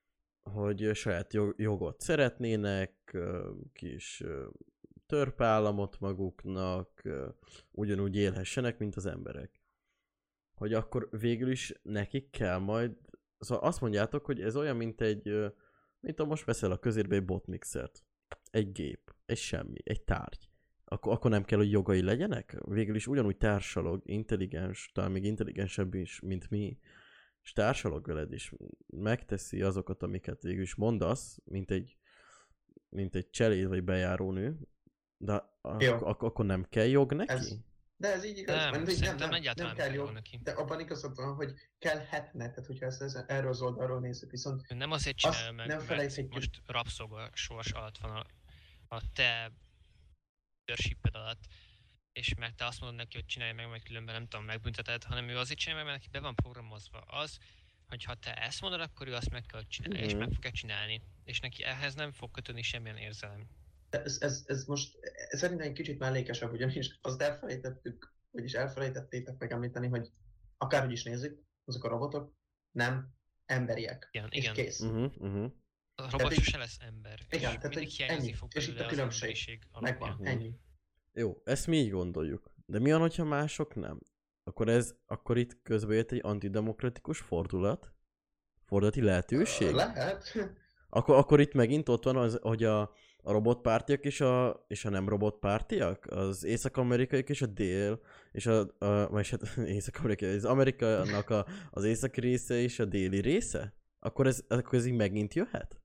Speaker 1: Hogy saját jogot szeretnének, kis törpállamot maguknak, ugyanúgy élhessenek, mint az emberek. Hogy akkor végül is nekik kell majd, szóval azt mondjátok, hogy ez olyan, mint egy, mint ha most veszel a közérbe egy botmixert. Egy gép, egy semmi, egy tárgy. Akkor, akkor nem kell, hogy jogai legyenek? Végül is ugyanúgy társalog, intelligens, talán még intelligensebb is, mint mi, és társalog veled is, megteszi azokat, amiket végül is mondasz, mint egy, mint egy cseléd vagy bejárónő, de ak- ak- akkor nem kell jog neki?
Speaker 2: Ez, de ez így igaz,
Speaker 3: Nem,
Speaker 2: nem,
Speaker 3: szerintem
Speaker 2: nem, nem,
Speaker 3: egyáltalán
Speaker 2: nem kell
Speaker 3: nem
Speaker 2: jog,
Speaker 3: neki.
Speaker 2: de abban igazad van, hogy kellhetne, tehát hogyha ezt, ezt erről az oldalról nézzük, viszont
Speaker 3: Nem azért csinálja
Speaker 2: azt
Speaker 3: meg,
Speaker 2: nem
Speaker 3: mert
Speaker 2: felejthetjük.
Speaker 3: most rabszolgasors alatt van a, a te leadershiped alatt, és mert te azt mondod neki, hogy csinálj meg, majd különben nem tudom, megbünteted, hanem ő azért csinálja meg, mert neki be van programozva az, hogy ha te ezt mondod, akkor ő azt meg kell csinálni, mm-hmm. és meg fogja csinálni. És neki ehhez nem fog kötődni semmilyen érzelem.
Speaker 2: Ez, ez, ez most ez szerintem egy kicsit mellékesebb, ugyanis azt elfelejtettük, vagyis elfelejtettétek megemlíteni, hogy akárhogy is nézzük, azok a robotok nem emberiek.
Speaker 3: Igen,
Speaker 2: és
Speaker 3: igen.
Speaker 2: kész.
Speaker 1: Uh-huh, uh-huh.
Speaker 3: A robot sose lesz ember.
Speaker 2: Igen,
Speaker 3: és
Speaker 2: tehát
Speaker 3: mindig hiányozni
Speaker 2: ennyi.
Speaker 3: fog
Speaker 2: És itt
Speaker 3: belőle
Speaker 2: a
Speaker 3: az
Speaker 2: különbség.
Speaker 3: emberiség
Speaker 2: Megvan,
Speaker 3: alapja.
Speaker 2: ennyi.
Speaker 1: Jó, ezt mi így gondoljuk. De mi van, hogyha mások nem? Akkor ez, akkor itt közben jött egy antidemokratikus fordulat? Fordulati lehetőség?
Speaker 2: Lehet.
Speaker 1: Akkor, akkor itt megint ott van az, hogy a, a robotpártiak és a, és a nem robotpártiak? Az észak-amerikaiak és a dél, és a, a vagyis hát észak-amerikai, az Amerikának a, az északi része és a déli része? Akkor ez, akkor ez így megint jöhet?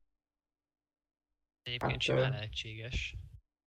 Speaker 3: Egyébként
Speaker 2: Hát,
Speaker 3: simán
Speaker 2: ö-
Speaker 3: lehetséges.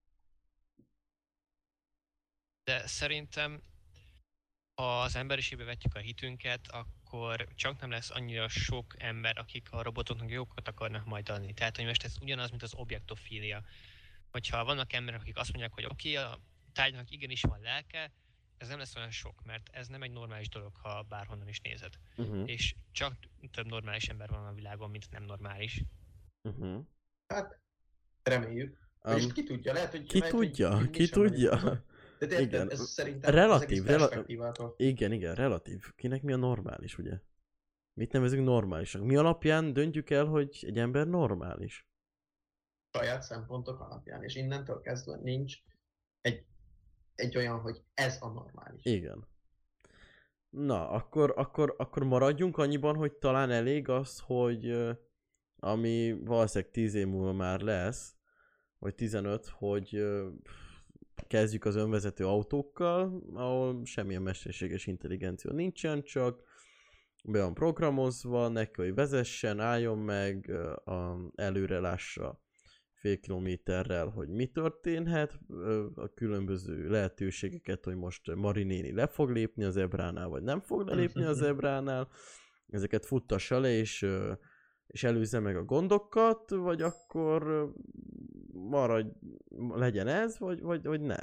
Speaker 3: De szerintem, ha az emberiségbe vetjük a hitünket, akkor csak nem lesz annyira sok ember, akik a robotoknak jókat akarnak majd adni. Tehát, hogy most ez ugyanaz, mint az objektofília. Hogyha vannak emberek, akik azt mondják, hogy oké, okay, a tárgynak igenis van lelke, ez nem lesz olyan sok, mert ez nem egy normális dolog, ha bárhonnan is nézed.
Speaker 1: Uh-huh.
Speaker 3: És csak több normális ember van a világon, mint nem normális.
Speaker 1: Uh-huh.
Speaker 2: Hát, reméljük.
Speaker 1: Um,
Speaker 2: és ki tudja, lehet, hogy...
Speaker 1: ki
Speaker 2: lehet,
Speaker 1: tudja,
Speaker 2: hogy
Speaker 1: ki tudja.
Speaker 2: De érted,
Speaker 1: igen.
Speaker 2: ez szerintem
Speaker 1: relatív,
Speaker 2: az
Speaker 1: rela- igen, igen, relatív. Kinek mi a normális, ugye? Mit nevezünk normálisnak? Mi alapján döntjük el, hogy egy ember normális?
Speaker 2: Saját szempontok alapján, és innentől kezdve nincs egy, egy olyan, hogy ez a normális.
Speaker 1: Igen. Na, akkor, akkor, akkor maradjunk annyiban, hogy talán elég az, hogy ami valószínűleg tíz év múlva már lesz, vagy tizenöt, hogy kezdjük az önvezető autókkal, ahol semmilyen mesterséges intelligencia nincsen, csak be van programozva, neki, hogy vezessen, álljon meg, a, előre lássa fél kilométerrel, hogy mi történhet, a különböző lehetőségeket, hogy most Mari néni le fog lépni az zebránál, vagy nem fog lelépni a zebránál, ezeket futtassa le, és, és előzze meg a gondokat, vagy akkor maradj, legyen ez, vagy, vagy, vagy ne?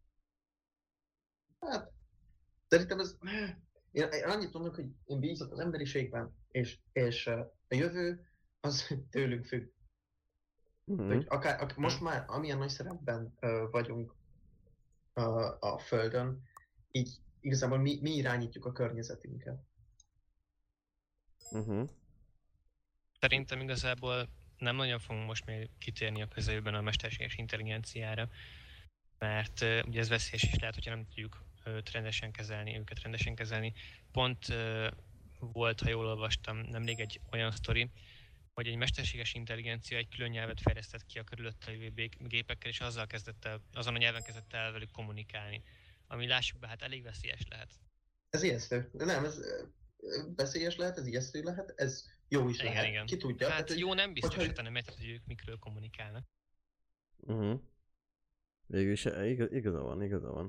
Speaker 2: Hát, szerintem ez... Én, én annyit mondok, hogy én bízok az emberiségben, és, és a jövő az tőlünk függ. Mm-hmm. Hogy akár, akár, most már amilyen nagy szerepben uh, vagyunk uh, a Földön, így igazából mi, mi irányítjuk a környezetünket.
Speaker 1: Uh-huh.
Speaker 3: Szerintem igazából nem nagyon fogunk most még kitérni a közelben a mesterséges intelligenciára, mert uh, ugye ez veszélyes is lehet, hogyha nem tudjuk uh, rendesen kezelni, őket rendesen kezelni. Pont uh, volt, ha jól olvastam, nemrég egy olyan sztori, hogy egy mesterséges intelligencia egy külön nyelvet fejlesztett ki a körülötte lévő gépekkel, és azzal kezdett el, azon a nyelven kezdett el velük kommunikálni. Ami lássuk be, hát elég veszélyes lehet.
Speaker 2: Ez ijesztő. De nem, ez veszélyes lehet, ez ijesztő lehet, ez jó is
Speaker 3: igen,
Speaker 2: lehet.
Speaker 3: Igen.
Speaker 2: Ki tudja.
Speaker 3: Hát
Speaker 2: tehát,
Speaker 3: jó, nem biztos,
Speaker 2: hogy...
Speaker 3: hogy nem érted, hogy ők mikről kommunikálnak.
Speaker 1: Uh-huh. Végülis igaz, igaza van, igaza van.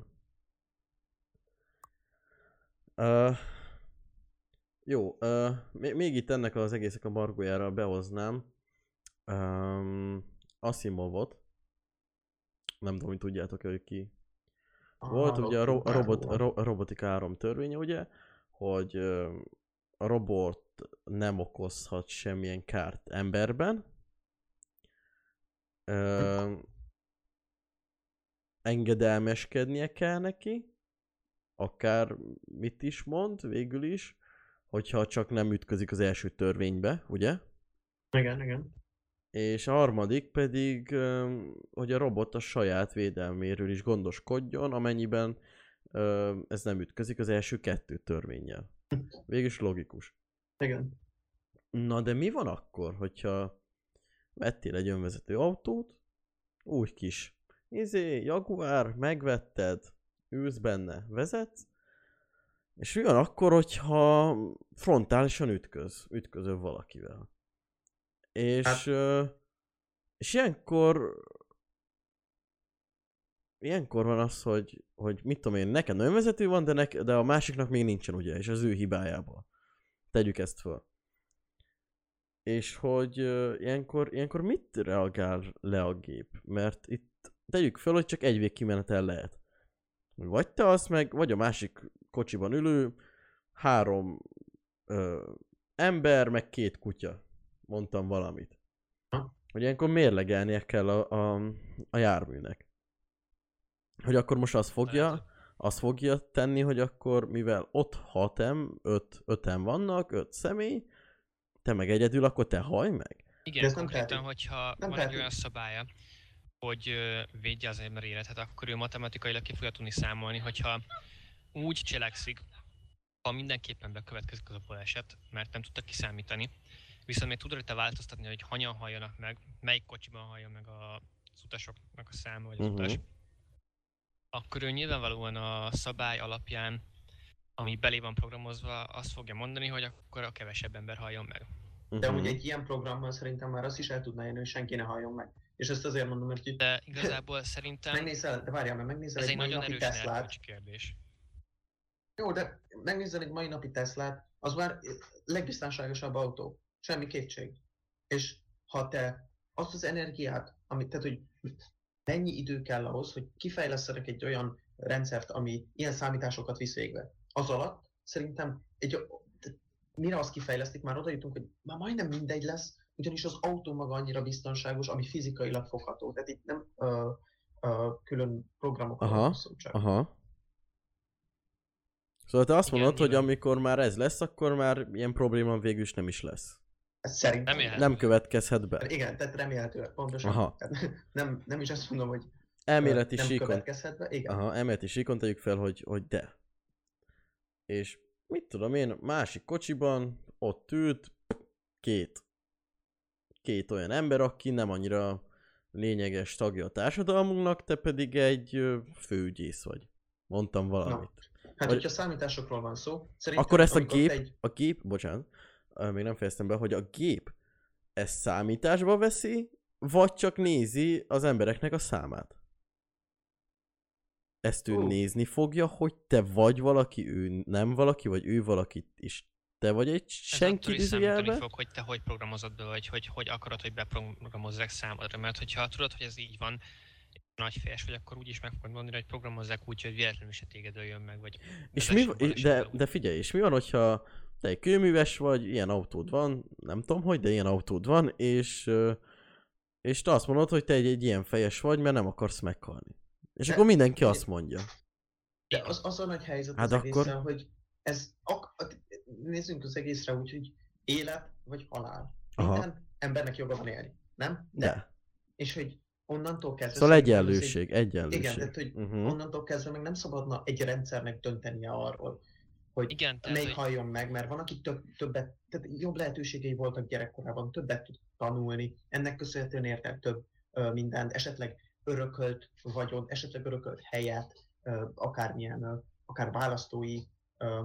Speaker 1: Uh, jó, uh, még itt ennek az egészek a margójára behoznám um, Asimovot. Nem tudom, hogy tudjátok, hogy ki. Ah, volt ugye a, ro- a, robot, a, ro- a robotika három törvénye, ugye, hogy uh, a robot nem okozhat semmilyen kárt emberben. Uh, engedelmeskednie kell neki, akár mit is mond végül is, hogyha csak nem ütközik az első törvénybe, ugye?
Speaker 2: Igen, igen.
Speaker 1: És a harmadik pedig, hogy a robot a saját védelméről is gondoskodjon, amennyiben ez nem ütközik az első kettő törvénnyel. Végülis logikus.
Speaker 2: Igen.
Speaker 1: Na de mi van akkor, hogyha vettél egy önvezető autót, úgy kis izé, Jaguar, megvetted, ülsz benne, vezetsz, és mi van akkor, hogyha frontálisan ütköz, ütközöl valakivel. És, hát. és ilyenkor, ilyenkor van az, hogy, hogy mit tudom én, nekem önvezető van, de, nek, de a másiknak még nincsen, ugye, és az ő hibájából. Tegyük ezt föl. És hogy uh, ilyenkor, ilyenkor mit reagál le a gép? Mert itt tegyük föl, hogy csak egy végkimenetel lehet. Vagy te azt meg, vagy a másik kocsiban ülő, három ö, ember, meg két kutya. Mondtam valamit. Hogy ilyenkor mérlegelnie kell a, a, a járműnek. Hogy akkor most azt fogja, azt fogja tenni, hogy akkor mivel ott hat em, öt, öten vannak, öt személy, te meg egyedül, akkor te hajj meg?
Speaker 3: Igen, konkrétan, hogyha nem van egy olyan szabálya, hogy védje az ember életet, akkor ő matematikailag ki fogja tudni számolni, hogyha úgy cselekszik, ha mindenképpen bekövetkezik az a baleset, mert nem tudta kiszámítani, viszont még tudod te változtatni, hogy hanyan halljanak meg, melyik kocsiban halljon meg az utasoknak a száma, vagy az uh-huh. utas, akkor ő nyilvánvalóan a szabály alapján, ami belé van programozva, azt fogja mondani, hogy akkor a kevesebb ember halljon meg.
Speaker 2: De uh-huh. ugye egy ilyen programmal szerintem már azt is el tudná jönni, hogy senki ne halljon meg. És ezt azért mondom, mert...
Speaker 3: De igazából szerintem...
Speaker 2: Megnézel, de várjál, mert megnézel egy, egy mai napi Teslát.
Speaker 3: Kérdés.
Speaker 2: Jó, de megnézel egy mai napi Teslát, az már legbiztonságosabb autó. Semmi kétség. És ha te azt az energiát, amit, tehát hogy mennyi idő kell ahhoz, hogy kifejlesztenek egy olyan rendszert, ami ilyen számításokat visz végbe. Az alatt szerintem egy, mire azt kifejlesztik, már oda jutunk, hogy már majdnem mindegy lesz, ugyanis az autó maga annyira biztonságos, ami fizikailag fogható. Tehát itt nem ö, ö, külön programokról van
Speaker 1: Aha,
Speaker 2: szó csak.
Speaker 1: aha. Szóval te azt
Speaker 3: Igen,
Speaker 1: mondod, hogy
Speaker 3: nyilván.
Speaker 1: amikor már ez lesz, akkor már ilyen probléma végül is nem is lesz.
Speaker 2: Ez szerintem
Speaker 3: Remélhetőleg.
Speaker 1: Nem következhet be.
Speaker 2: Igen, tehát remélhetőleg, pontosan.
Speaker 1: Aha.
Speaker 2: Tehát nem, nem is azt mondom, hogy
Speaker 1: Elméleti
Speaker 2: nem
Speaker 1: síkon.
Speaker 2: következhet be. Igen.
Speaker 1: Aha, elméleti síkon tegyük fel, hogy, hogy de. És mit tudom én, másik kocsiban ott ült két, két olyan ember, aki nem annyira lényeges tagja a társadalmunknak, te pedig egy ö, főügyész vagy. Mondtam valamit.
Speaker 2: Hát,
Speaker 1: Vagy-
Speaker 2: hogyha számításokról van szó, szerintem
Speaker 1: Akkor ezt a
Speaker 2: amikor
Speaker 1: gép,
Speaker 2: te egy,
Speaker 1: a gép, bocsánat, ö, még nem fejeztem be, hogy a gép ezt számításba veszi, vagy csak nézi az embereknek a számát. Ezt ő
Speaker 2: Ó.
Speaker 1: nézni fogja, hogy te vagy valaki, ő nem valaki, vagy ő valaki, és te vagy egy
Speaker 3: Ez
Speaker 1: senki
Speaker 3: attól is számítani
Speaker 1: idézőjelbe?
Speaker 3: fog, hogy te hogy programozod be, vagy hogy, hogy akarod, hogy beprogramozzák számodra. Mert hogyha tudod, hogy ez így van, nagyfejes vagy, akkor úgyis meg fogod mondani, hogy programozzák úgy, hogy véletlenül se téged öljön meg, vagy
Speaker 1: És mi,
Speaker 3: vezessen
Speaker 1: és de,
Speaker 3: balesetbe.
Speaker 1: de figyelj, és mi van, hogyha te egy kőműves vagy, ilyen autód van, nem tudom hogy, de ilyen autód van, és, ö, és te azt mondod, hogy te egy, egy ilyen fejes vagy, mert nem akarsz meghalni. És
Speaker 2: De-
Speaker 1: akkor mindenki
Speaker 2: de-
Speaker 1: azt mondja.
Speaker 2: de az, az a nagy helyzet
Speaker 1: Hát
Speaker 2: az
Speaker 1: akkor-
Speaker 2: egészen, hogy ez, ak, nézzünk az egészre úgy, hogy élet vagy halál.
Speaker 1: Aha.
Speaker 2: Minden embernek joga van élni, nem?
Speaker 1: De.
Speaker 2: És hogy onnantól kezdve...
Speaker 1: Szóval
Speaker 2: szerintem ez egy-
Speaker 1: egyenlőség, egyenlőség.
Speaker 2: Igen, tehát hogy
Speaker 1: uh-huh.
Speaker 2: onnantól kezdve meg nem szabadna egy rendszernek döntenie arról, hogy
Speaker 3: Igen, tehát,
Speaker 2: melyik
Speaker 3: hogy
Speaker 2: halljon meg, mert van, aki több, többet, tehát jobb lehetőségei voltak gyerekkorában, többet tud tanulni, ennek köszönhetően ért el több ö, mindent, esetleg örökölt vagyon, esetleg örökölt helyet, ö, akármilyen, ö, akár választói ö,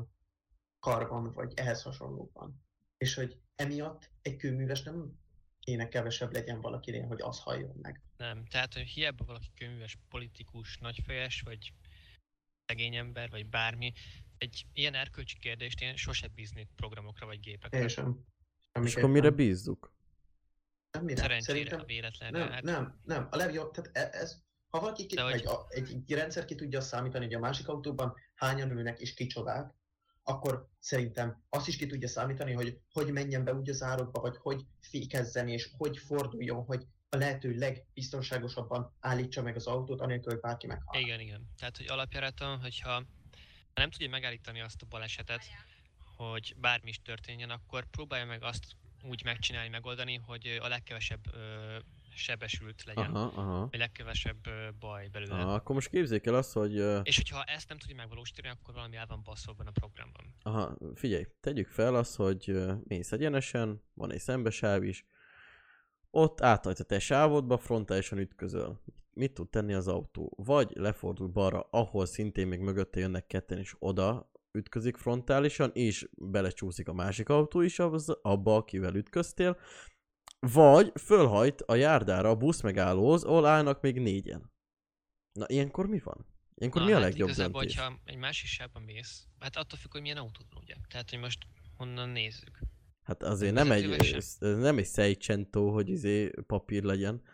Speaker 2: karban, vagy ehhez hasonlóban. És hogy emiatt egy kőműves nem kéne kevesebb legyen valakinél, hogy az halljon meg.
Speaker 3: nem. Tehát, hogy hiába valaki könyves, politikus, nagyfejes, vagy szegény ember, vagy bármi, egy ilyen erkölcsi kérdést én sose bíznék programokra vagy gépekre.
Speaker 2: Teljesen.
Speaker 1: És akkor mire bízzuk?
Speaker 2: Semmire.
Speaker 3: Szerencsére,
Speaker 2: Szerintem
Speaker 3: a véletlenre.
Speaker 2: nem,
Speaker 3: hát
Speaker 2: nem, nem. A legjobb, tehát e- ez, ha valaki ki,
Speaker 3: De hogy-
Speaker 2: egy, a, egy, egy rendszer ki tudja számítani, hogy a másik autóban hányan ülnek és kicsodák, akkor szerintem azt is ki tudja számítani, hogy hogy menjen be úgy az árokba, vagy hogy fékezzen, és hogy forduljon, hogy a lehető legbiztonságosabban állítsa meg az autót, anélkül, hogy bárki meghal.
Speaker 3: Igen, igen. Tehát, hogy alapjáraton, hogyha nem tudja megállítani azt a balesetet, hogy bármi is történjen, akkor próbálja meg azt úgy megcsinálni, megoldani, hogy a legkevesebb ö, sebesült legyen,
Speaker 1: Aha, aha.
Speaker 3: vagy legkevesebb ö, baj belőle.
Speaker 1: Aha, akkor most képzeljék el azt, hogy... ö,
Speaker 3: És hogyha ezt nem tudja megvalósítani, akkor valami el van baszva abban a programban.
Speaker 1: Aha, figyelj, tegyük fel azt, hogy ö, mész egyenesen, van egy szembesáv is, ott áthajt a te sávodba, frontálisan ütközöl. Mit tud tenni az autó? Vagy lefordul balra, ahol szintén még mögötte jönnek ketten, és oda ütközik frontálisan, és belecsúszik a másik autó is az, abba, akivel ütköztél, vagy fölhajt a járdára a busz megállóhoz, ahol állnak még négyen. Na, ilyenkor mi van? Ilyenkor
Speaker 3: Na,
Speaker 1: mi a
Speaker 3: hát
Speaker 1: legjobb
Speaker 3: igazából,
Speaker 1: döntés?
Speaker 3: hogyha egy másik sávban mész, hát attól függ, hogy milyen autód van, ugye? Tehát, hogy most honnan nézzük.
Speaker 1: Hát azért nem egy,
Speaker 3: Vezetővel
Speaker 1: ez nem egy Seicento, hogy izé papír legyen.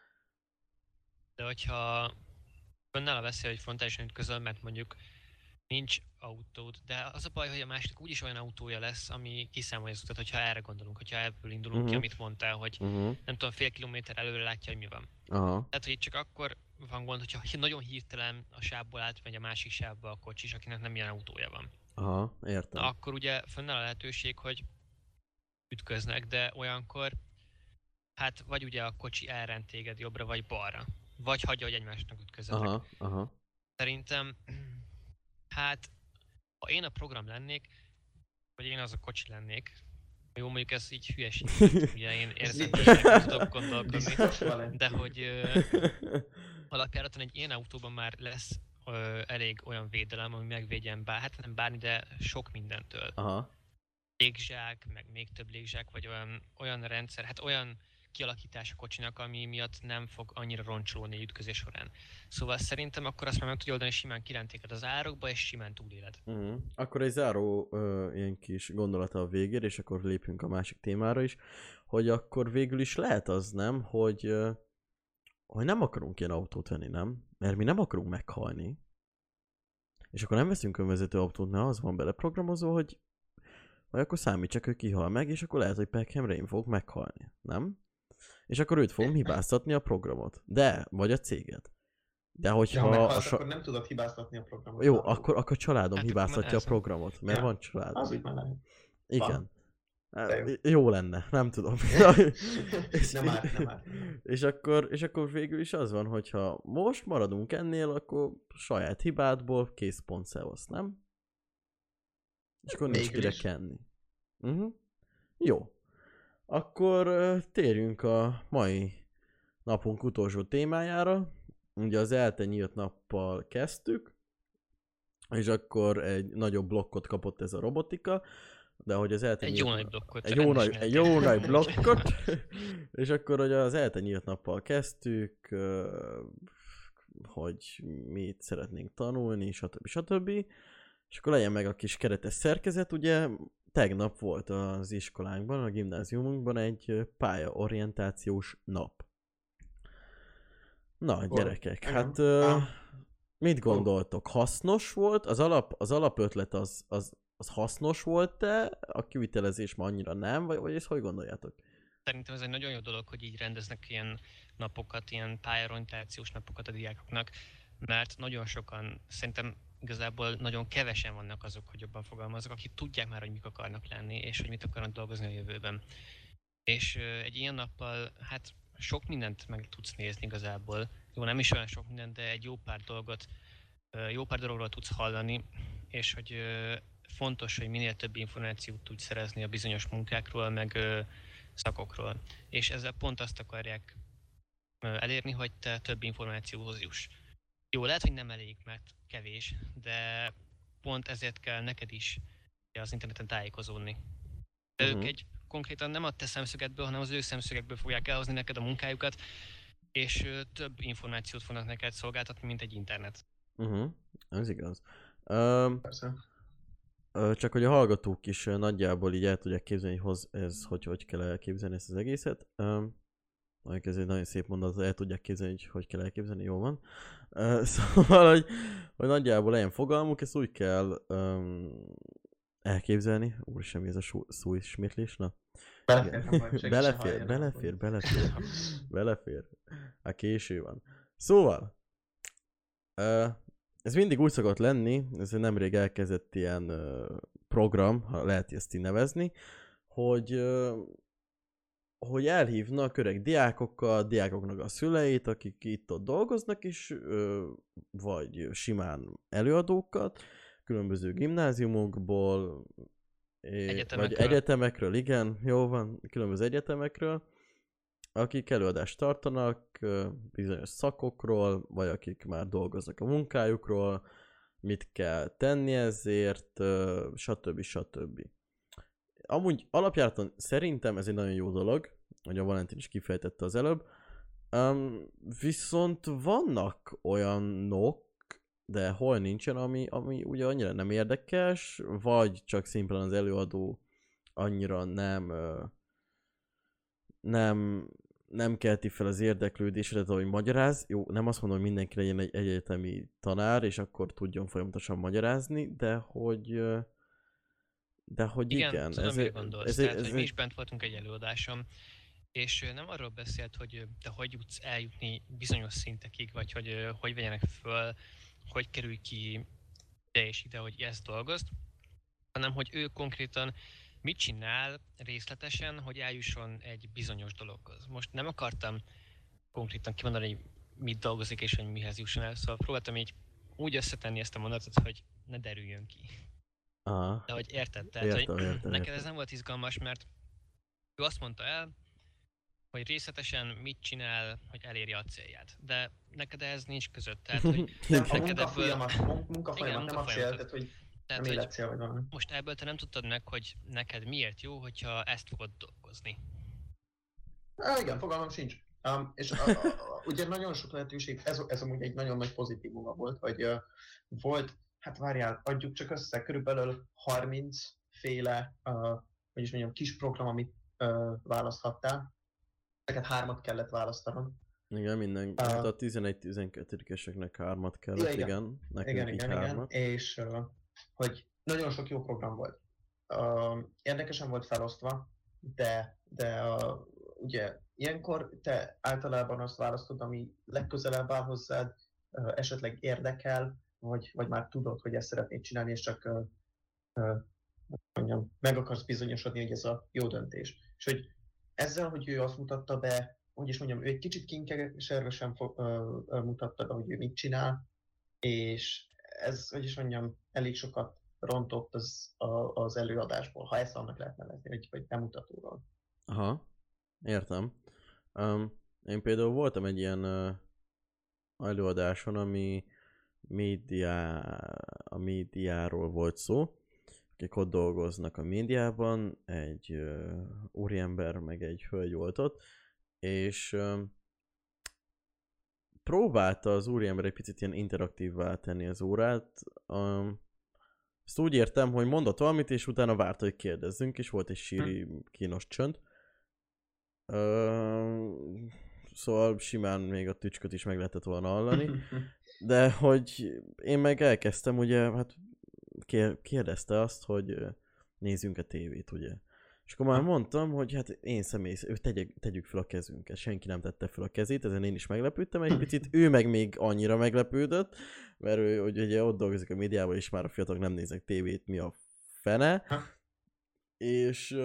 Speaker 3: De hogyha önnel a veszély, hogy frontálisan ütközöl, mert mondjuk nincs autód, de az a baj, hogy a másiknak úgyis olyan autója lesz, ami kiszámolja az utat, hogyha erre gondolunk, hogyha ebből indulunk
Speaker 1: Mhm.
Speaker 3: ki, amit mondtál, hogy
Speaker 1: Uh-huh.
Speaker 3: nem tudom, fél kilométer előre látja, hogy mi van.
Speaker 1: Aha.
Speaker 3: Tehát, hogy itt csak akkor van gond, hogyha hi- nagyon hirtelen a sávból átmegy a másik sávba a kocsis, akinek nem ilyen autója van.
Speaker 1: Aha, értem.
Speaker 3: Na, akkor ugye fönnáll a lehetőség, hogy ütköznek, de olyankor hát vagy ugye a kocsi elrend téged jobbra vagy balra, vagy hagyja, hogy egymásnak ütközzetek.
Speaker 1: Aha, aha.
Speaker 3: Szerintem, hát, ha én a program lennék, vagy én az a kocsi lennék, jó, mondjuk ez így hülyeség, ugye én érzelmesen tudok gondolkodni,
Speaker 2: Biztos Valenti.
Speaker 3: de hogy ö, alapjáraton egy ilyen autóban már lesz ö, elég olyan védelem, ami megvédjen bár, hát nem bármi, de sok mindentől.
Speaker 1: Aha.
Speaker 3: Légzsák, meg még több légzsák, vagy olyan, olyan rendszer, hát olyan kialakítás a kocsinak, ami miatt nem fog annyira roncsolódni egy ütközés során. Szóval szerintem akkor azt már meg tudja oldani, simán kirántéked az árokba, és simán túléled.
Speaker 1: Uh-huh. Akkor egy záró ö, ilyen kis gondolata a végére, és akkor lépjünk a másik témára is, hogy akkor végül is lehet az, nem, hogy, ö, hogy nem akarunk ilyen autót venni, nem? Mert mi nem akarunk meghalni. És akkor nem veszünk önvezető autót, mert az van beleprogramozó, hogy vagy akkor számít csak, hogy kihal meg, és akkor lehet, hogy Peckham Ryan fog meghalni, nem? És akkor őt fogom hibáztatni a programot. De, vagy a céget. De hogyha...
Speaker 2: De ha meghalsz,
Speaker 1: a so...
Speaker 2: akkor nem tudod hibáztatni a programot.
Speaker 1: Jó, akkor, akkor családom
Speaker 3: Hát
Speaker 1: hibáztatja a
Speaker 3: akkor
Speaker 1: programot, mert
Speaker 2: Ja.
Speaker 1: van családom.
Speaker 2: Az úgy már lehet.
Speaker 1: Igen.
Speaker 2: De jó.
Speaker 1: Jó lenne, nem tudom. és,
Speaker 2: Nem árt, nem árt.
Speaker 1: és, akkor, és akkor végül is az van, hogyha most maradunk ennél, akkor saját hibádból kész pont szevasz, nem? És akkor nincs
Speaker 2: Végül
Speaker 1: kire
Speaker 2: is.
Speaker 1: kenni. Uh-huh. Jó. Akkor uh, térjünk a mai napunk utolsó témájára. Ugye az ELTE nyílt nappal kezdtük, és akkor egy nagyobb blokkot kapott ez a robotika, de hogy az ELTE
Speaker 3: Egy
Speaker 1: nyílt...
Speaker 3: jó nagy blokkot.
Speaker 1: Egy jó nagy,
Speaker 3: rendes
Speaker 1: egy
Speaker 3: menetet.
Speaker 1: jó nagy blokkot, és akkor hogy az ELTE nyílt nappal kezdtük, uh, hogy mit szeretnénk tanulni, stb. stb. És akkor legyen meg a kis keretes szerkezet, ugye tegnap volt az iskolánkban, a gimnáziumunkban egy pályaorientációs nap. Na, gyerekek,
Speaker 2: Igen.
Speaker 1: hát uh,
Speaker 2: Ah.
Speaker 1: mit gondoltok? Hasznos volt? Az, alap, az alapötlet az, az, az hasznos volt-e? A kivitelezés ma annyira nem? Vagy, vagy ezt hogy gondoljátok?
Speaker 3: Szerintem ez egy nagyon jó dolog, hogy így rendeznek ilyen napokat, ilyen pályarorientációs napokat a diákoknak, mert nagyon sokan, szerintem igazából nagyon kevesen vannak azok, hogy jobban fogalmazok, akik tudják már, hogy mik akarnak lenni, és hogy mit akarnak dolgozni a jövőben. És ö, egy ilyen nappal, hát sok mindent meg tudsz nézni igazából. Jó, nem is olyan sok mindent, de egy jó pár dolgot, ö, jó pár dologról tudsz hallani, és hogy ö, fontos, hogy minél több információt tudsz szerezni a bizonyos munkákról, meg ö, szakokról. És ezzel pont azt akarják ö, elérni, hogy te több információhoz juss. Jó, lehet, hogy nem elég, mert kevés, de pont ezért kell neked is az interneten tájékozódni. De
Speaker 1: Uh-huh.
Speaker 3: ők egy konkrétan nem a te szemszögedből, hanem az ő szemszögekből fogják elhozni neked a munkájukat, és ö, több információt fognak neked szolgáltatni, mint egy internet.
Speaker 1: Uh-huh. Ez igaz. Um,
Speaker 2: Persze.
Speaker 1: csak hogy a hallgatók is ö, nagyjából így el tudják képzelni, hogy hoz, ez, hogy, hogy kell elképzelni ezt az egészet. Um, ez egy nagyon szép mondat, el tudják képzelni, hogy hogy kell elképzelni, jó van. Uh, szóval, hogy, hogy nagyjából ilyen fogalmuk, ezt úgy kell um, elképzelni. Úristen, mi ez a szó- szóismétlés? Na.
Speaker 2: Belefér, nem baj, senki se
Speaker 1: belefér,
Speaker 2: hallja,
Speaker 1: belefér, belefér, belefér. Hát késő van. Szóval, uh, ez mindig úgy szokott lenni, ez egy nemrég elkezdett ilyen uh, program, ha lehet ezt így nevezni, hogy, uh, hogy elhívnak öreg diákokkal, diákoknak a szüleit, akik itt-ott dolgoznak is, uh, vagy simán előadókat, különböző gimnáziumokból, É,
Speaker 3: Egyetemekről.
Speaker 1: vagy egyetemekről, igen, jó van, különböző egyetemekről, akik előadást tartanak ö, bizonyos szakokról, vagy akik már dolgoznak a munkájukról, mit kell tenni ezért, ö, stb. stb. Amúgy alapjáraton szerintem ez egy nagyon jó dolog, hogy a Valentin is kifejtette az előbb, um, viszont vannak olyanok, de hol nincsen, ami, ami ugye annyira nem érdekes, vagy csak szimplán az előadó annyira nem ö, nem, nem kelti fel az érdeklődésedet, ahogy magyaráz. Jó, nem azt mondom, hogy mindenki legyen egy egyetemi tanár, és akkor tudjon folyamatosan magyarázni, de hogy ö, de hogy igen.
Speaker 3: Igen, tudom,
Speaker 1: ez,
Speaker 3: mire
Speaker 1: egy-
Speaker 3: gondolsz.
Speaker 1: ez,
Speaker 3: Tehát,
Speaker 1: ez,
Speaker 3: hogy
Speaker 1: ez,
Speaker 3: mi is bent voltunk egy előadáson, és ö, nem arról beszélt, hogy ö, te hogy jutsz eljutni bizonyos szintekig, vagy hogy ö, hogy vegyenek föl, hogy kerülj ki ide és ide, hogy ezt dolgozd, hanem hogy ő konkrétan mit csinál részletesen, hogy eljusson egy bizonyos dologhoz. Most nem akartam konkrétan kimondani, hogy mit dolgozik és hogy mihez jusson el, szóval próbáltam így úgy összetenni ezt a mondatot, hogy ne derüljön ki.
Speaker 1: aha,
Speaker 3: De hogy érted, tehát
Speaker 1: Értem,
Speaker 3: hogy
Speaker 1: értem,
Speaker 3: neked
Speaker 1: értem.
Speaker 3: ez nem volt izgalmas, mert ő azt mondta el, hogy részletesen mit csinál, hogy elérje a célját. De neked ehhez nincs között, tehát hogy
Speaker 2: Nem, a
Speaker 3: neked ebből-
Speaker 2: munkafolyamat, mun- munkafolyamat,
Speaker 3: Igen,
Speaker 2: nem a cél,
Speaker 3: munkafolyamat.
Speaker 2: tehát hogy
Speaker 3: Tehát,
Speaker 2: nem
Speaker 3: hogy
Speaker 2: életcél vagy valami.
Speaker 3: most ebből te nem tudtad meg, hogy neked miért jó, hogyha ezt fogod dolgozni.
Speaker 2: Á, igen, fogalmam sincs. Um, és a, a, a, ugye nagyon sok lehetőség, ez, ez amúgy egy nagyon nagy pozitívuma volt, hogy uh, volt, hát várjál, adjuk csak össze, körülbelül harminc féle, uh, hogy is mondjam, kis program, amit uh, választhattál. Ezeket hármat kellett választanom.
Speaker 1: Igen, minden,
Speaker 2: Uh,
Speaker 1: hát a tizenegy-tizenkettőeseknek hármat kellett,
Speaker 2: ja, igen.
Speaker 1: igen, nekünk
Speaker 2: Igen,
Speaker 1: így
Speaker 2: igen, igen,
Speaker 1: hármat.
Speaker 2: és uh, hogy nagyon sok jó program volt. Uh, érdekesen volt felosztva, de, de uh, ugye ilyenkor te általában azt választod, ami legközelebb áll hozzád, uh, esetleg érdekel, vagy, vagy már tudod, hogy ezt szeretnéd csinálni, és csak uh, uh, mondjam, meg akarsz bizonyosodni, hogy ez a jó döntés. És hogy ezzel, hogy ő azt mutatta be, hogy is mondjam, ő egy kicsit kinkeservesen fog, uh, uh, mutatta be, hogy ő mit csinál, és ez, hogy is mondjam, elég sokat rontott az, a, az előadásból, ha ezt annak lehet nevezni, vagy, vagy bemutatóról.
Speaker 1: Aha, értem. Um, én például voltam egy ilyen uh, előadáson, ami média, a médiáról volt szó, akik ott dolgoznak a médiában, egy uh, úriember meg egy hölgy volt ott, és um, próbálta az úriember egy picit ilyen interaktívvá tenni az órát. Um, ezt úgy értem, hogy mondott valamit, és utána várta, hogy kérdezzünk, és volt egy síri, kínos csönd. Uh, szóval simán még a tücsköt is meg lehetett volna hallani. De hogy én meg elkezdtem, ugye, hát kérdezte azt, hogy nézzünk a tévét, ugye. És akkor már mondtam, hogy hát én személy, tegyek, tegyük fel a kezünket. Senki nem tette fel a kezét, ezen én is meglepődtem egy picit. Ő meg még annyira meglepődött, mert ő hogy ugye ott dolgozik a médiában, és már a fiatalok nem néznek tévét, mi a fene. És,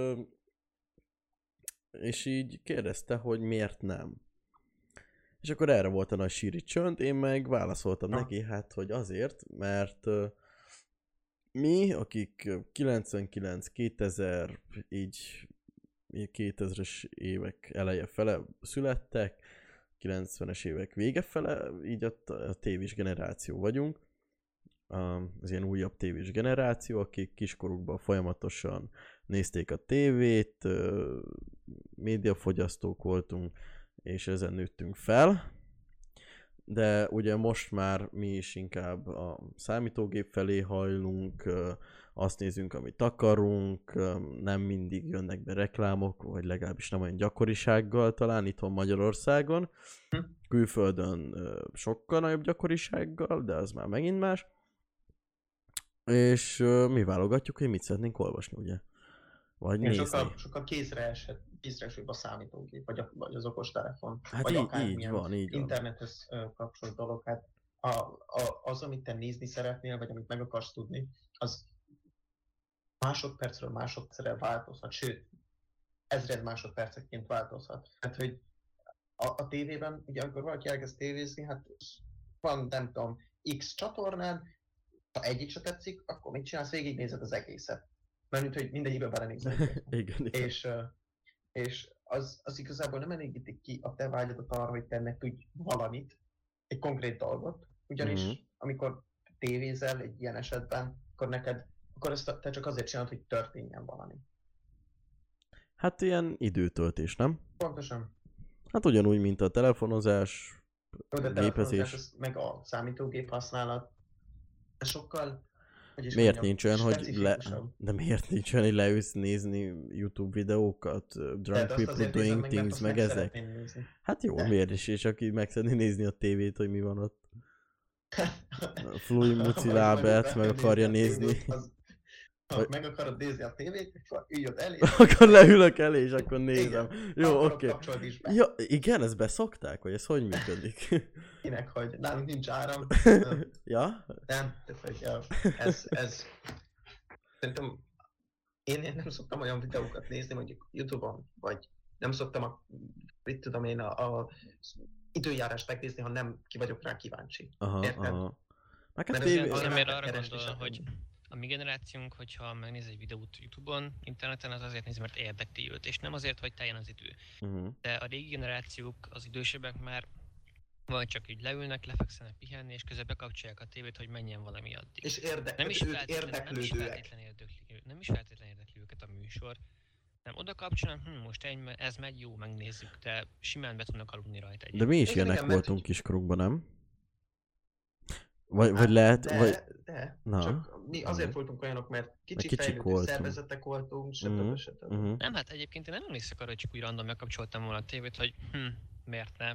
Speaker 1: és így kérdezte, hogy miért nem. És akkor erre volt a nagy síri csönd, én meg válaszoltam ha. neki, hát, hogy azért, mert mi, akik kilencvenkilenc kétezer, így kétezres évek eleje fele születtek, kilencvenes évek vége fele, így a, a tévés generáció vagyunk. Az ilyen újabb tévés generáció, akik kiskorukban folyamatosan nézték a tévét, médiafogyasztók voltunk, és ezen nőttünk fel. De ugye most már mi is inkább a számítógép felé hajlunk, azt nézünk, amit akarunk, nem mindig jönnek be reklámok, vagy legalábbis nem olyan gyakorisággal talán itthon Magyarországon. Külföldön sokkal nagyobb gyakorisággal, de az már megint más. És mi válogatjuk, hogy mit szeretnénk olvasni, ugye? Vagy
Speaker 2: igen,
Speaker 1: nézni.
Speaker 2: Sokkal, sokkal kézre esett, kézre esőbb a számítógép, vagy, a, vagy az okostelefon,
Speaker 1: hát
Speaker 2: vagy
Speaker 1: így,
Speaker 2: akármilyen
Speaker 1: így van, így
Speaker 2: internethez van. Kapcsolt dolog. Hát a, a, az, amit te nézni szeretnél, vagy amit meg akarsz tudni, az másodpercről másodpercre változhat, sőt, ezred másodperceként változhat. Hát, hogy a, a tévében, ugye amikor valaki elkezd tévézni, hát van, nem tudom, X csatornán, ha egyik se tetszik, akkor mit csinálsz? Végignézed az egészet. Mert mint, hogy mindegyikbe belenézel.
Speaker 1: igen, igen.
Speaker 2: És, és az, az igazából nem elégítik ki a te vágyadat arra, hogy te ne tudj valamit, egy konkrét dolgot. Ugyanis mm-hmm. amikor tévézel egy ilyen esetben, akkor neked, akkor ezt te csak azért csinálod, hogy történjen valami.
Speaker 1: Hát ilyen időtöltés, nem?
Speaker 2: Pontosan.
Speaker 1: Hát ugyanúgy, mint a telefonozás,
Speaker 2: Jó, de telefonozás, meg a számítógép használat. Ez sokkal...
Speaker 1: Miért mondjam, nincs olyan, hogy le... De miért nincs olyan, hogy leülsz nézni YouTube videókat, Drunk People Doing Things, meg ezek? Hát jó, de. Miért is, és aki meg szeretné nézni a tévét, hogy mi van ott. Flui Muci Lábert meg akarja nézni. Az,
Speaker 2: ha vagy... meg akarod nézni a tévét, akkor ülj ott elé.
Speaker 1: Akkor leülök elé, és akkor nézem. Igen. Jó, oké.
Speaker 2: Okay.
Speaker 1: Ja, igen, ezt beszokták, vagy ez hogy működik?
Speaker 2: Kinek, hogy nálunk nincs áram.
Speaker 1: Ja?
Speaker 2: Nem, tehát ez, ez... Szerintem én, én nem szoktam olyan videókat nézni, mondjuk YouTube-on, vagy nem szoktam a, mit tudom én, a, a időjárást megnézni, ha nem ki vagyok rá kíváncsi.
Speaker 1: Aha, érted? Aha.
Speaker 3: Meg hát tévé... Azért mert arra gondol, hogy a mi generációnk, hogyha megnéz egy videót YouTube-on, interneten, az azért nézi, mert érdekli őt, és nem azért, hogy teljen az idő. Uh-huh. De a régi generációk, az idősebbek már vagy csak így leülnek, lefekszenek pihenni, és közben bekapcsolják a tévét, hogy menjen valami addig.
Speaker 2: És érde- nem, is érdeklődőek. Nem is feltétlenül érdekli, nem is feltétlenül érdekli őket a műsor. Nem, oda kapcsolnak, hm, most egy, ez megy, jó, megnézzük, de simán be tudnak aludni rajta egy.
Speaker 1: De mi is ilyenek voltunk mert... kiskorukban, nem? Vagy, hát, vagy lehet,
Speaker 2: de,
Speaker 1: vagy...
Speaker 2: De,
Speaker 1: Na.
Speaker 2: csak mi azért uh-huh. voltunk olyanok, mert kicsi fejlődő szervezetek voltunk, stb.
Speaker 1: Uh-huh.
Speaker 2: stb.
Speaker 1: Uh-huh.
Speaker 3: Nem, hát egyébként én nem emlékszek arra, hogy csak úgy random megkapcsoltam volna a tévét, hogy hm, miért ne?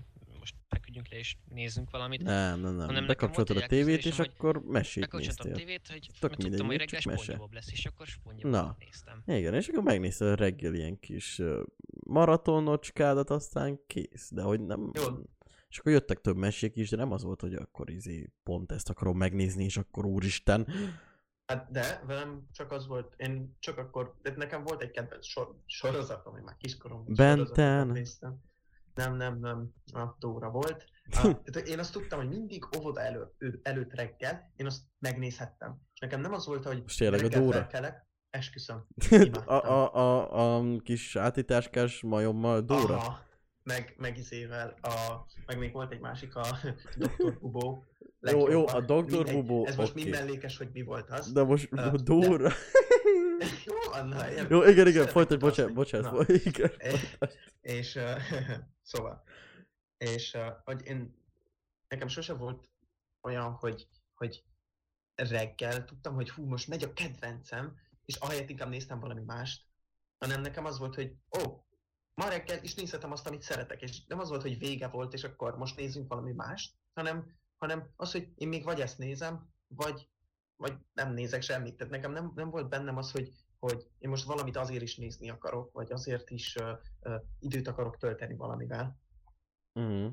Speaker 3: most feküdjünk le és nézzünk valamit.
Speaker 1: Nem, nem, nem.
Speaker 3: Hanem
Speaker 1: Bekapcsoltad a tévét, és akkor mesét
Speaker 3: bekapcsoltam a
Speaker 1: néztél.
Speaker 3: tévét, hogy
Speaker 1: Tök
Speaker 3: mert
Speaker 1: mindegy,
Speaker 3: tudtam, hogy
Speaker 1: még
Speaker 3: reggel
Speaker 1: csak mese.
Speaker 3: SpongeBob lesz, és akkor
Speaker 1: Na.
Speaker 3: SpongeBob néztem.
Speaker 1: Igen, és akkor megnézted a reggel ilyen kis uh, maratonocskádat, aztán kész. De hogy nem...
Speaker 2: Jó.
Speaker 1: És akkor jöttek több mesék is, de nem az volt, hogy akkor izé pont ezt akarom megnézni, és akkor úristen.
Speaker 2: Hát de, velem csak az volt, én csak akkor, de nekem volt egy kedvenc sor, sorozatom, én már kiskoromban
Speaker 1: Ben
Speaker 2: sorozatokat
Speaker 1: ten.
Speaker 2: néztem. Nem, nem, nem, a Dóra volt. A, tehát én azt tudtam, hogy mindig óvoda elő, előtt reggel, én azt megnézhettem. És nekem nem az volt, hogy
Speaker 1: Most tényleg a
Speaker 2: reggel
Speaker 1: Dóra?
Speaker 2: felkelek, esküszöm,
Speaker 1: a,
Speaker 2: imádtam.
Speaker 1: a, a, a kis átitáskás majommal Dóra?
Speaker 2: Aha, meg, meg izével, a, meg még volt egy másik, a doktor Bubó.
Speaker 1: Jó, jó, a
Speaker 2: legjobban.
Speaker 1: doktor
Speaker 2: Mindegy,
Speaker 1: Bubó,
Speaker 2: ez most
Speaker 1: oké.
Speaker 2: mind mellékes, hogy mi volt az.
Speaker 1: De most
Speaker 2: Ö,
Speaker 1: a Dóra...
Speaker 2: Jó, Anna, ilyen-
Speaker 1: Jó, igen, igen,
Speaker 2: szeretek
Speaker 1: folytatj,
Speaker 2: utaszni.
Speaker 1: bocsánat,
Speaker 2: Na.
Speaker 1: bocsánat. Igen.
Speaker 2: És uh, szóval, és uh, hogy én, nekem sose volt olyan, hogy, hogy reggel tudtam, hogy hú, most megy a kedvencem, és ahelyett inkább néztem valami mást, hanem nekem az volt, hogy ó, ma reggel is nézhetem azt, amit szeretek, és nem az volt, hogy vége volt, és akkor most nézzünk valami mást, hanem, hanem az, hogy én még vagy ezt nézem, vagy, vagy nem nézek semmit. Tehát nekem nem, nem volt bennem az, hogy, hogy én most valamit azért is nézni akarok, vagy azért is uh, uh, időt akarok tölteni valamivel.
Speaker 1: Uh-huh.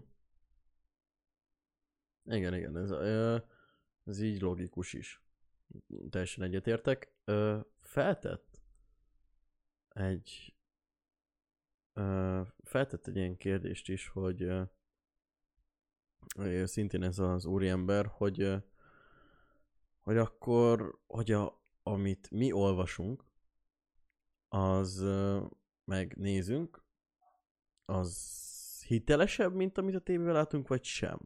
Speaker 1: Igen, igen, ez, ö, ez így logikus is. Teljesen egyetértek. Ö, feltett egy ö, feltett egy ilyen kérdést is, hogy ö, ö, szintén ez az úriember, hogy ö, hogy akkor, hogy a, amit mi olvasunk, az ö, meg nézünk, az hitelesebb, mint amit a tévében látunk, vagy sem?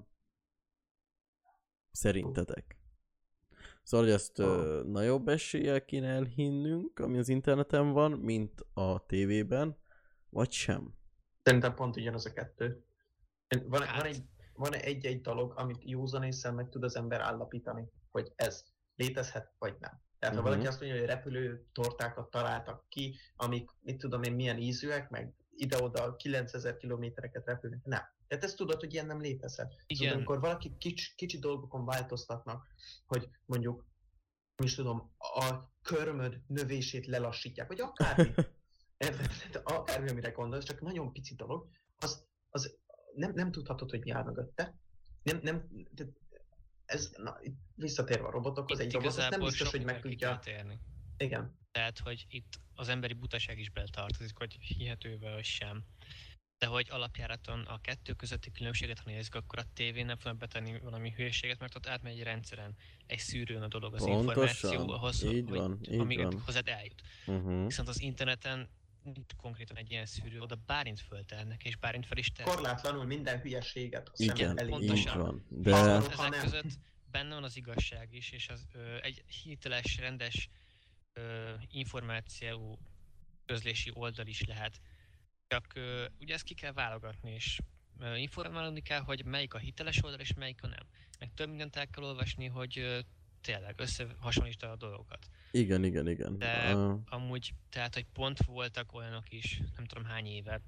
Speaker 1: Szerintetek? Szóval, hogy ezt ö, nagyobb eséllyel kéne elhinnünk, ami az interneten van, mint a tévében, vagy sem?
Speaker 2: Szerintem pont ugyanaz a kettő. Van,
Speaker 3: Hát.
Speaker 2: van, egy, van egy-egy dolog, amit józan észre meg tud az ember állapítani, hogy ez létezhet, vagy nem. Tehát ha
Speaker 1: Mhm.
Speaker 2: valaki azt mondja, hogy repülő tortákat találtak ki, amik, mit tudom én, milyen ízűek, meg ide-oda kilencezer kilométereket repülnek, nem. Tehát ezt tudod, hogy ilyen nem létezhet.
Speaker 3: Igen.
Speaker 2: Szóval, amikor valaki kicsi, kicsi dolgokon változtatnak, hogy mondjuk, mi is tudom, a körmöd növését lelassítják, vagy akármi. Érted? Akármi, amire gondolsz, csak nagyon pici dolog, az, az nem, nem tudhatod, hogy mi áll mögötte. Nem, nem, de ez, na, itt visszatérve a robotokhoz, egy
Speaker 3: Itt
Speaker 2: robot, azt nem
Speaker 3: igazából
Speaker 2: biztos,
Speaker 3: sok
Speaker 2: hogy meg
Speaker 3: mindenki kell
Speaker 2: tudja.
Speaker 3: térni.
Speaker 2: Igen.
Speaker 3: Tehát, hogy itt az emberi butaság is beletartozik, hogy hihetővel vagy sem. De hogy alapjáraton a kettő közötti különbséget, ha nézzük, akkor a tévén nem fognak betenni valami hülyeséget, mert ott átmegy egy rendszeren, egy szűrőn a dolog, az
Speaker 1: Pontosan.
Speaker 3: információ, ahhoz,
Speaker 1: Így
Speaker 3: hogy,
Speaker 1: van, így
Speaker 3: amíg
Speaker 1: van.
Speaker 3: hozzád eljut.
Speaker 1: Uh-huh.
Speaker 3: Viszont az interneten nincs konkrétan egy ilyen szűrő, oda bárint föltelnek, és bárint fel is telnek.
Speaker 2: Korlátlanul minden hülyeséget a
Speaker 1: Igen,
Speaker 2: szemed elé.
Speaker 1: így
Speaker 3: pontosan.
Speaker 1: van.
Speaker 2: Ha
Speaker 1: De
Speaker 2: akarod, ha
Speaker 3: Ezek
Speaker 2: nem.
Speaker 3: között benne van az igazság is, és az, ö, egy hiteles, rendes ö, információ közlési oldal is lehet. Csak ö, ugye ezt ki kell válogatni, és ö, informálni kell, hogy melyik a hiteles oldal, és melyik a nem. Meg több mindent el kell olvasni, hogy ö, tényleg összehasonlítsa a dolgokat.
Speaker 1: igen, igen, igen.
Speaker 3: De
Speaker 1: Uh,
Speaker 3: amúgy, tehát, hogy pont voltak olyanok is, nem tudom hány éve,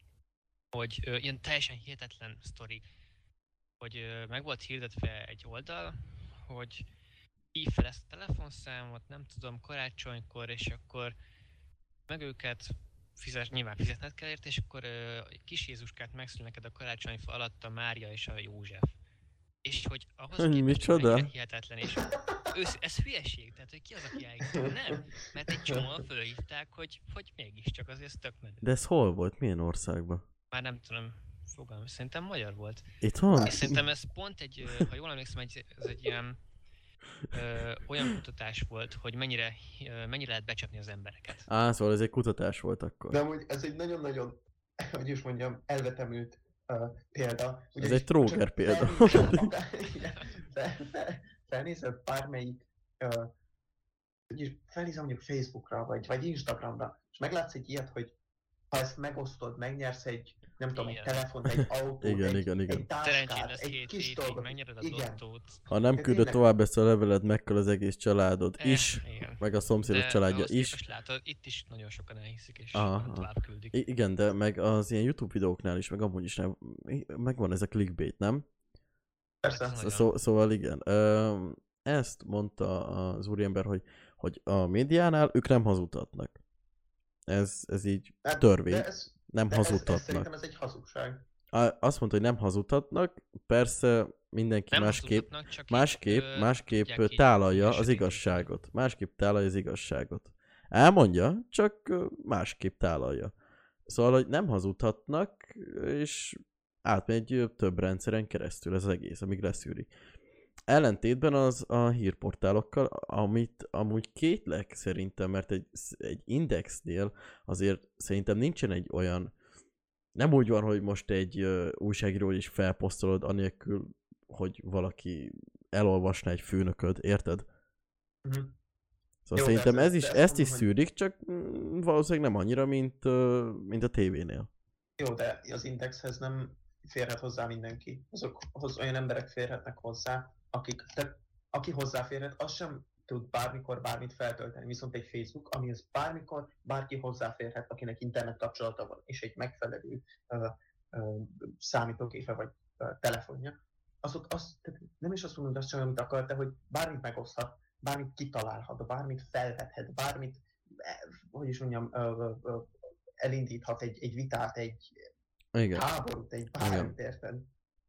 Speaker 3: hogy ö, ilyen teljesen hihetetlen sztori, hogy ö, meg volt hirdetve egy oldal, hogy hív fel ezt a telefonszámot, nem tudom, karácsonykor, és akkor meg őket fizet, nyilván fizetned kell érte, és akkor ö, egy kis Jézuskát megszül neked a karácsonyfa alatt a Mária és a József. És hogy ahhoz
Speaker 1: Hogy
Speaker 3: képest
Speaker 1: micsoda?
Speaker 3: mennyire hihetetlen, és ősz, ez hülyeség, tehát hogy ki az, aki állította? Nem, mert egy csomóan fölhívták, hogy, hogy mégiscsak azért ez tök menő.
Speaker 1: de ez hol volt? Milyen országban?
Speaker 3: Már nem tudom, fogalmam, szerintem magyar volt.
Speaker 1: Itthon?
Speaker 3: És szerintem ez pont egy, ö, ha jól emlékszem, egy, ez egy ilyen ö, olyan kutatás volt, hogy mennyire, ö, mennyire lehet becsapni az embereket.
Speaker 1: Á, szóval ez egy kutatás volt akkor.
Speaker 2: De amúgy ez egy nagyon-nagyon, hogy is mondjam, elvetemült uh, példa.
Speaker 1: Ez egy tróger
Speaker 2: csak
Speaker 1: példa.
Speaker 2: felnézel akár- igen, fel- fel- Felnézel bármelyik, uh, úgyis felnézel mondjuk Facebookra, vagy, vagy Instagramra, és meglátsz egy ilyet, hogy ha ezt megosztod, megnyersz egy nem tudom, egy
Speaker 3: Igen.
Speaker 2: telefont, egy autót,
Speaker 1: Igen,
Speaker 2: egy,
Speaker 1: igen, igen.
Speaker 2: egy
Speaker 3: Szerencséd
Speaker 2: táskát,
Speaker 3: lesz
Speaker 2: egy
Speaker 3: két
Speaker 2: kis
Speaker 3: hétig,
Speaker 2: dolgot.
Speaker 3: megnyered a
Speaker 2: Igen.
Speaker 3: lottót.
Speaker 1: Ha nem
Speaker 2: De
Speaker 1: küldöd
Speaker 2: tényleg-
Speaker 1: tovább ezt a levelet, megkal az egész családod
Speaker 3: Eh,
Speaker 1: is,
Speaker 3: igen.
Speaker 1: meg a szomszédos
Speaker 3: De
Speaker 1: családja
Speaker 3: ahhoz
Speaker 1: is.
Speaker 3: képest látod, itt is nagyon sokan elhiszik, és
Speaker 1: Aha,
Speaker 3: nem
Speaker 1: aha.
Speaker 3: tovább küldik.
Speaker 1: I- igen, de meg az ilyen YouTube videóknál is, meg amúgy is nem, megvan ez a clickbait, nem?
Speaker 2: Persze.
Speaker 3: Ez nagyon.
Speaker 1: Szó, szóval igen. Ö, ezt mondta az úriember, hogy, hogy a médiánál ők nem hazudhatnak. Ez, ez így
Speaker 2: Hát,
Speaker 1: törvény.
Speaker 2: de ez,
Speaker 1: Nem
Speaker 2: de ez, ez
Speaker 1: hazudhatnak.
Speaker 2: szerintem ez egy hazugság.
Speaker 1: Á, Azt mondta, hogy nem hazudhatnak, persze mindenki
Speaker 3: Nem
Speaker 1: másképp,
Speaker 3: hazudhatnak, csak
Speaker 1: másképp,
Speaker 3: így, ö,
Speaker 1: másképp
Speaker 3: tudják így
Speaker 1: tálalja az
Speaker 3: ügyesíteni.
Speaker 1: igazságot. Másképp tálalja az igazságot. Elmondja, csak ö, másképp tálalja. Szóval, hogy nem hazudhatnak, és átmegy ö, több rendszeren keresztül ez az egész, amíg leszűri. Ellentétben az a hírportálokkal, amit amúgy kétlek szerintem, mert egy, egy indexnél azért szerintem nincsen egy olyan, nem úgy van, hogy most egy uh, újságíról is felposztolod anélkül, hogy valaki elolvasna egy főnököd, érted?
Speaker 2: Uh-huh.
Speaker 1: Szóval
Speaker 2: Jó,
Speaker 1: szerintem
Speaker 2: persze,
Speaker 1: ez is,
Speaker 2: de ezt
Speaker 1: ezt is
Speaker 2: mondom, hogy-
Speaker 1: szűrik, csak mm, valószínűleg nem annyira, mint, uh, mint a tévénél.
Speaker 2: Jó, de az indexhez nem férhet hozzá mindenki. Azokhoz olyan emberek férhetnek hozzá, akik, tehát aki hozzáférhet, az sem tud bármikor bármit feltölteni. Viszont egy Facebook, amihez bármikor bárki hozzáférhet, akinek internet kapcsolata van, és egy megfelelő uh, uh, számítógépe vagy uh, telefonja, azok azt, tehát nem is azt mondom, hogy azt sem, amit akar, de hogy bármit megoszthat, bármit kitalálhat, bármit felvethet, bármit, eh, hogy is mondjam, uh, uh, uh, elindíthat egy, egy vitát, egy
Speaker 1: Igen.
Speaker 2: háborút, egy bármit, érted?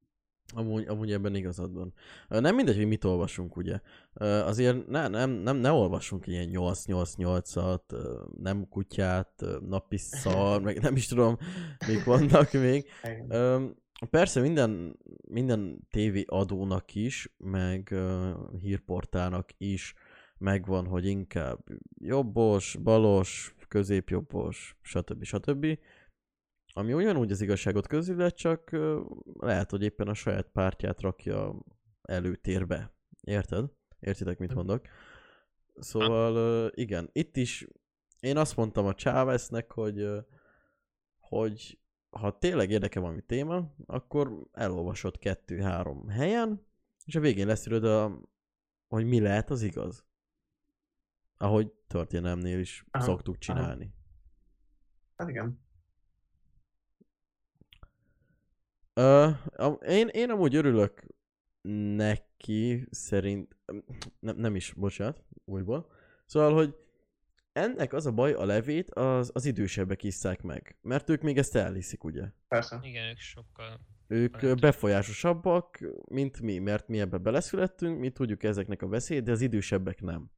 Speaker 1: Amúgy, amúgy ebben igazad van. Ö, Nem mindegy, hogy mit olvasunk, ugye. Ö, Azért ne, nem, nem, ne olvassunk ilyen nyolc nyolc nyolcat, ö, nem kutyát, ö, napi szar, meg nem is tudom, mik vannak még.
Speaker 2: Igen.
Speaker 1: Ö, Persze minden, minden tévé adónak is, meg ö, hírportálnak is megvan, hogy inkább jobbos, balos, középjobbos, stb. stb. Ami ugyanúgy az igazságot közület, csak ö, lehet, hogy éppen a saját pártját rakja előtérbe. Érted? Értitek, mit mondok? Szóval ö, igen, itt is én azt mondtam a Cháveznek, hogy, ö, hogy ha tényleg érdekel valami téma, akkor elolvasod kettő-három helyen, és a végén leszűröd, a, hogy mi lehet az igaz. Ahogy történelemnél is
Speaker 2: Aha,
Speaker 1: szoktuk csinálni.
Speaker 2: Hát igen.
Speaker 1: Ö, am- én, én amúgy örülök neki, szerint... Nem, nem is, bocsánat, újból. Szóval, hogy ennek az a baj, a levét az, az idősebbek isszák meg. Mert ők még ezt elhiszik, ugye?
Speaker 2: Persze.
Speaker 3: Igen, ők sokkal...
Speaker 1: Ők ö, befolyásosabbak, mint mi, mert mi ebbe beleszülettünk, mi tudjuk ezeknek a veszélyt, de az idősebbek nem.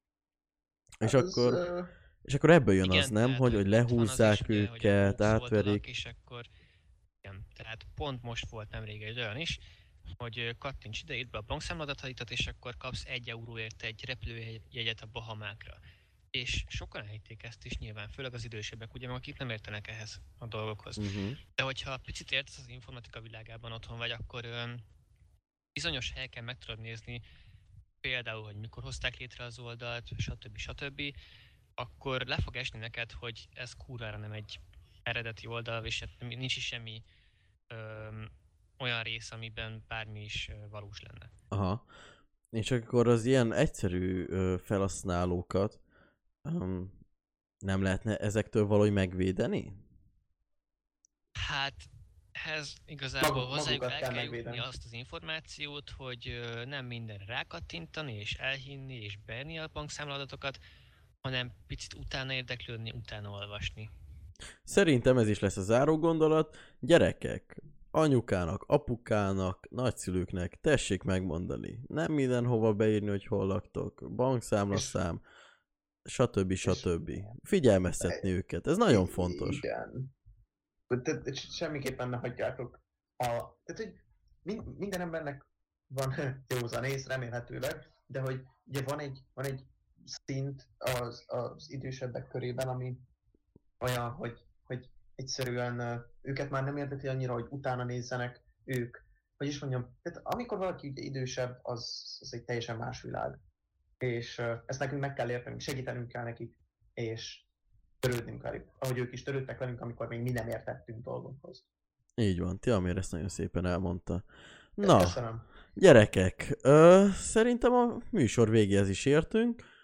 Speaker 1: És
Speaker 2: Hát
Speaker 1: akkor...
Speaker 2: Ez, ö,
Speaker 1: És akkor ebből jön
Speaker 3: Igen,
Speaker 1: az, nem?
Speaker 3: tehát,
Speaker 1: Hogy, hogy
Speaker 3: itt van az
Speaker 1: lehúzzák
Speaker 3: is, ugye, hogy a
Speaker 1: őket,
Speaker 3: hoax oldalak,
Speaker 1: átverik.
Speaker 3: És akkor, igen, tehát pont most volt nemrég egy olyan is, hogy ö, kattints ide, itt be a bankszámladataidat, és akkor kapsz egy euróért egy repülőjegyet a Bahamákra. És sokan elhitték ezt is nyilván, főleg az idősebbek, ugye, meg akik nem értenek ehhez a dolgokhoz.
Speaker 1: Uh-huh.
Speaker 3: De hogyha picit értesz az informatika világában otthon vagy, akkor ö, bizonyos helyeken meg tudod nézni, például, hogy mikor hozták létre az oldalt, stb. stb. Akkor le fog esni neked, hogy ez kurvára nem egy eredeti oldal, és nincs is semmi öm, olyan rész, amiben bármi is ö, valós lenne.
Speaker 1: Aha. És akkor az ilyen egyszerű ö, felhasználókat um, nem lehetne ezektől valahogy megvédeni?
Speaker 3: Hát, ehhez igazából
Speaker 2: Maguk-
Speaker 3: hozzájuk
Speaker 2: magukat
Speaker 3: el
Speaker 2: kell
Speaker 3: kell jutni
Speaker 2: megvédeni.
Speaker 3: azt az információt, hogy ö, nem mindenre rákattintani, és elhinni, és beírni a bankszámladatokat, hanem picit utána érdeklődni, utána olvasni.
Speaker 1: Szerintem ez is lesz a záró gondolat. Gyerekek, anyukának, apukának, nagyszülőknek tessék megmondani. Nem mindenhova beírni, hogy hol laktok. Bankszámlaszám, stb. stb. Figyelmeztetni őket. Ez nagyon fontos.
Speaker 2: Igen. De, de semmiképpen ne hagyjátok. A, tehát, hogy min- minden embernek van józan ész, remélhetőleg, de hogy ugye van egy, van egy szint az, az idősebbek körében, ami olyan, hogy, hogy egyszerűen ö, őket már nem érdekli annyira, hogy utána nézzenek ők. Hogy is mondjam, tehát amikor valaki ugye idősebb, az, az egy teljesen más világ. És ö, ezt nekünk meg kell értenünk, segítenünk kell nekik, és törődnünk velük, ahogy ők is törődtek velünk, amikor még mi nem értettünk dolgokhoz.
Speaker 1: Így van, Tiamér ezt nagyon szépen elmondta. Na,
Speaker 2: Köszönöm.
Speaker 1: gyerekek, ö, szerintem a műsor végéhez is értünk.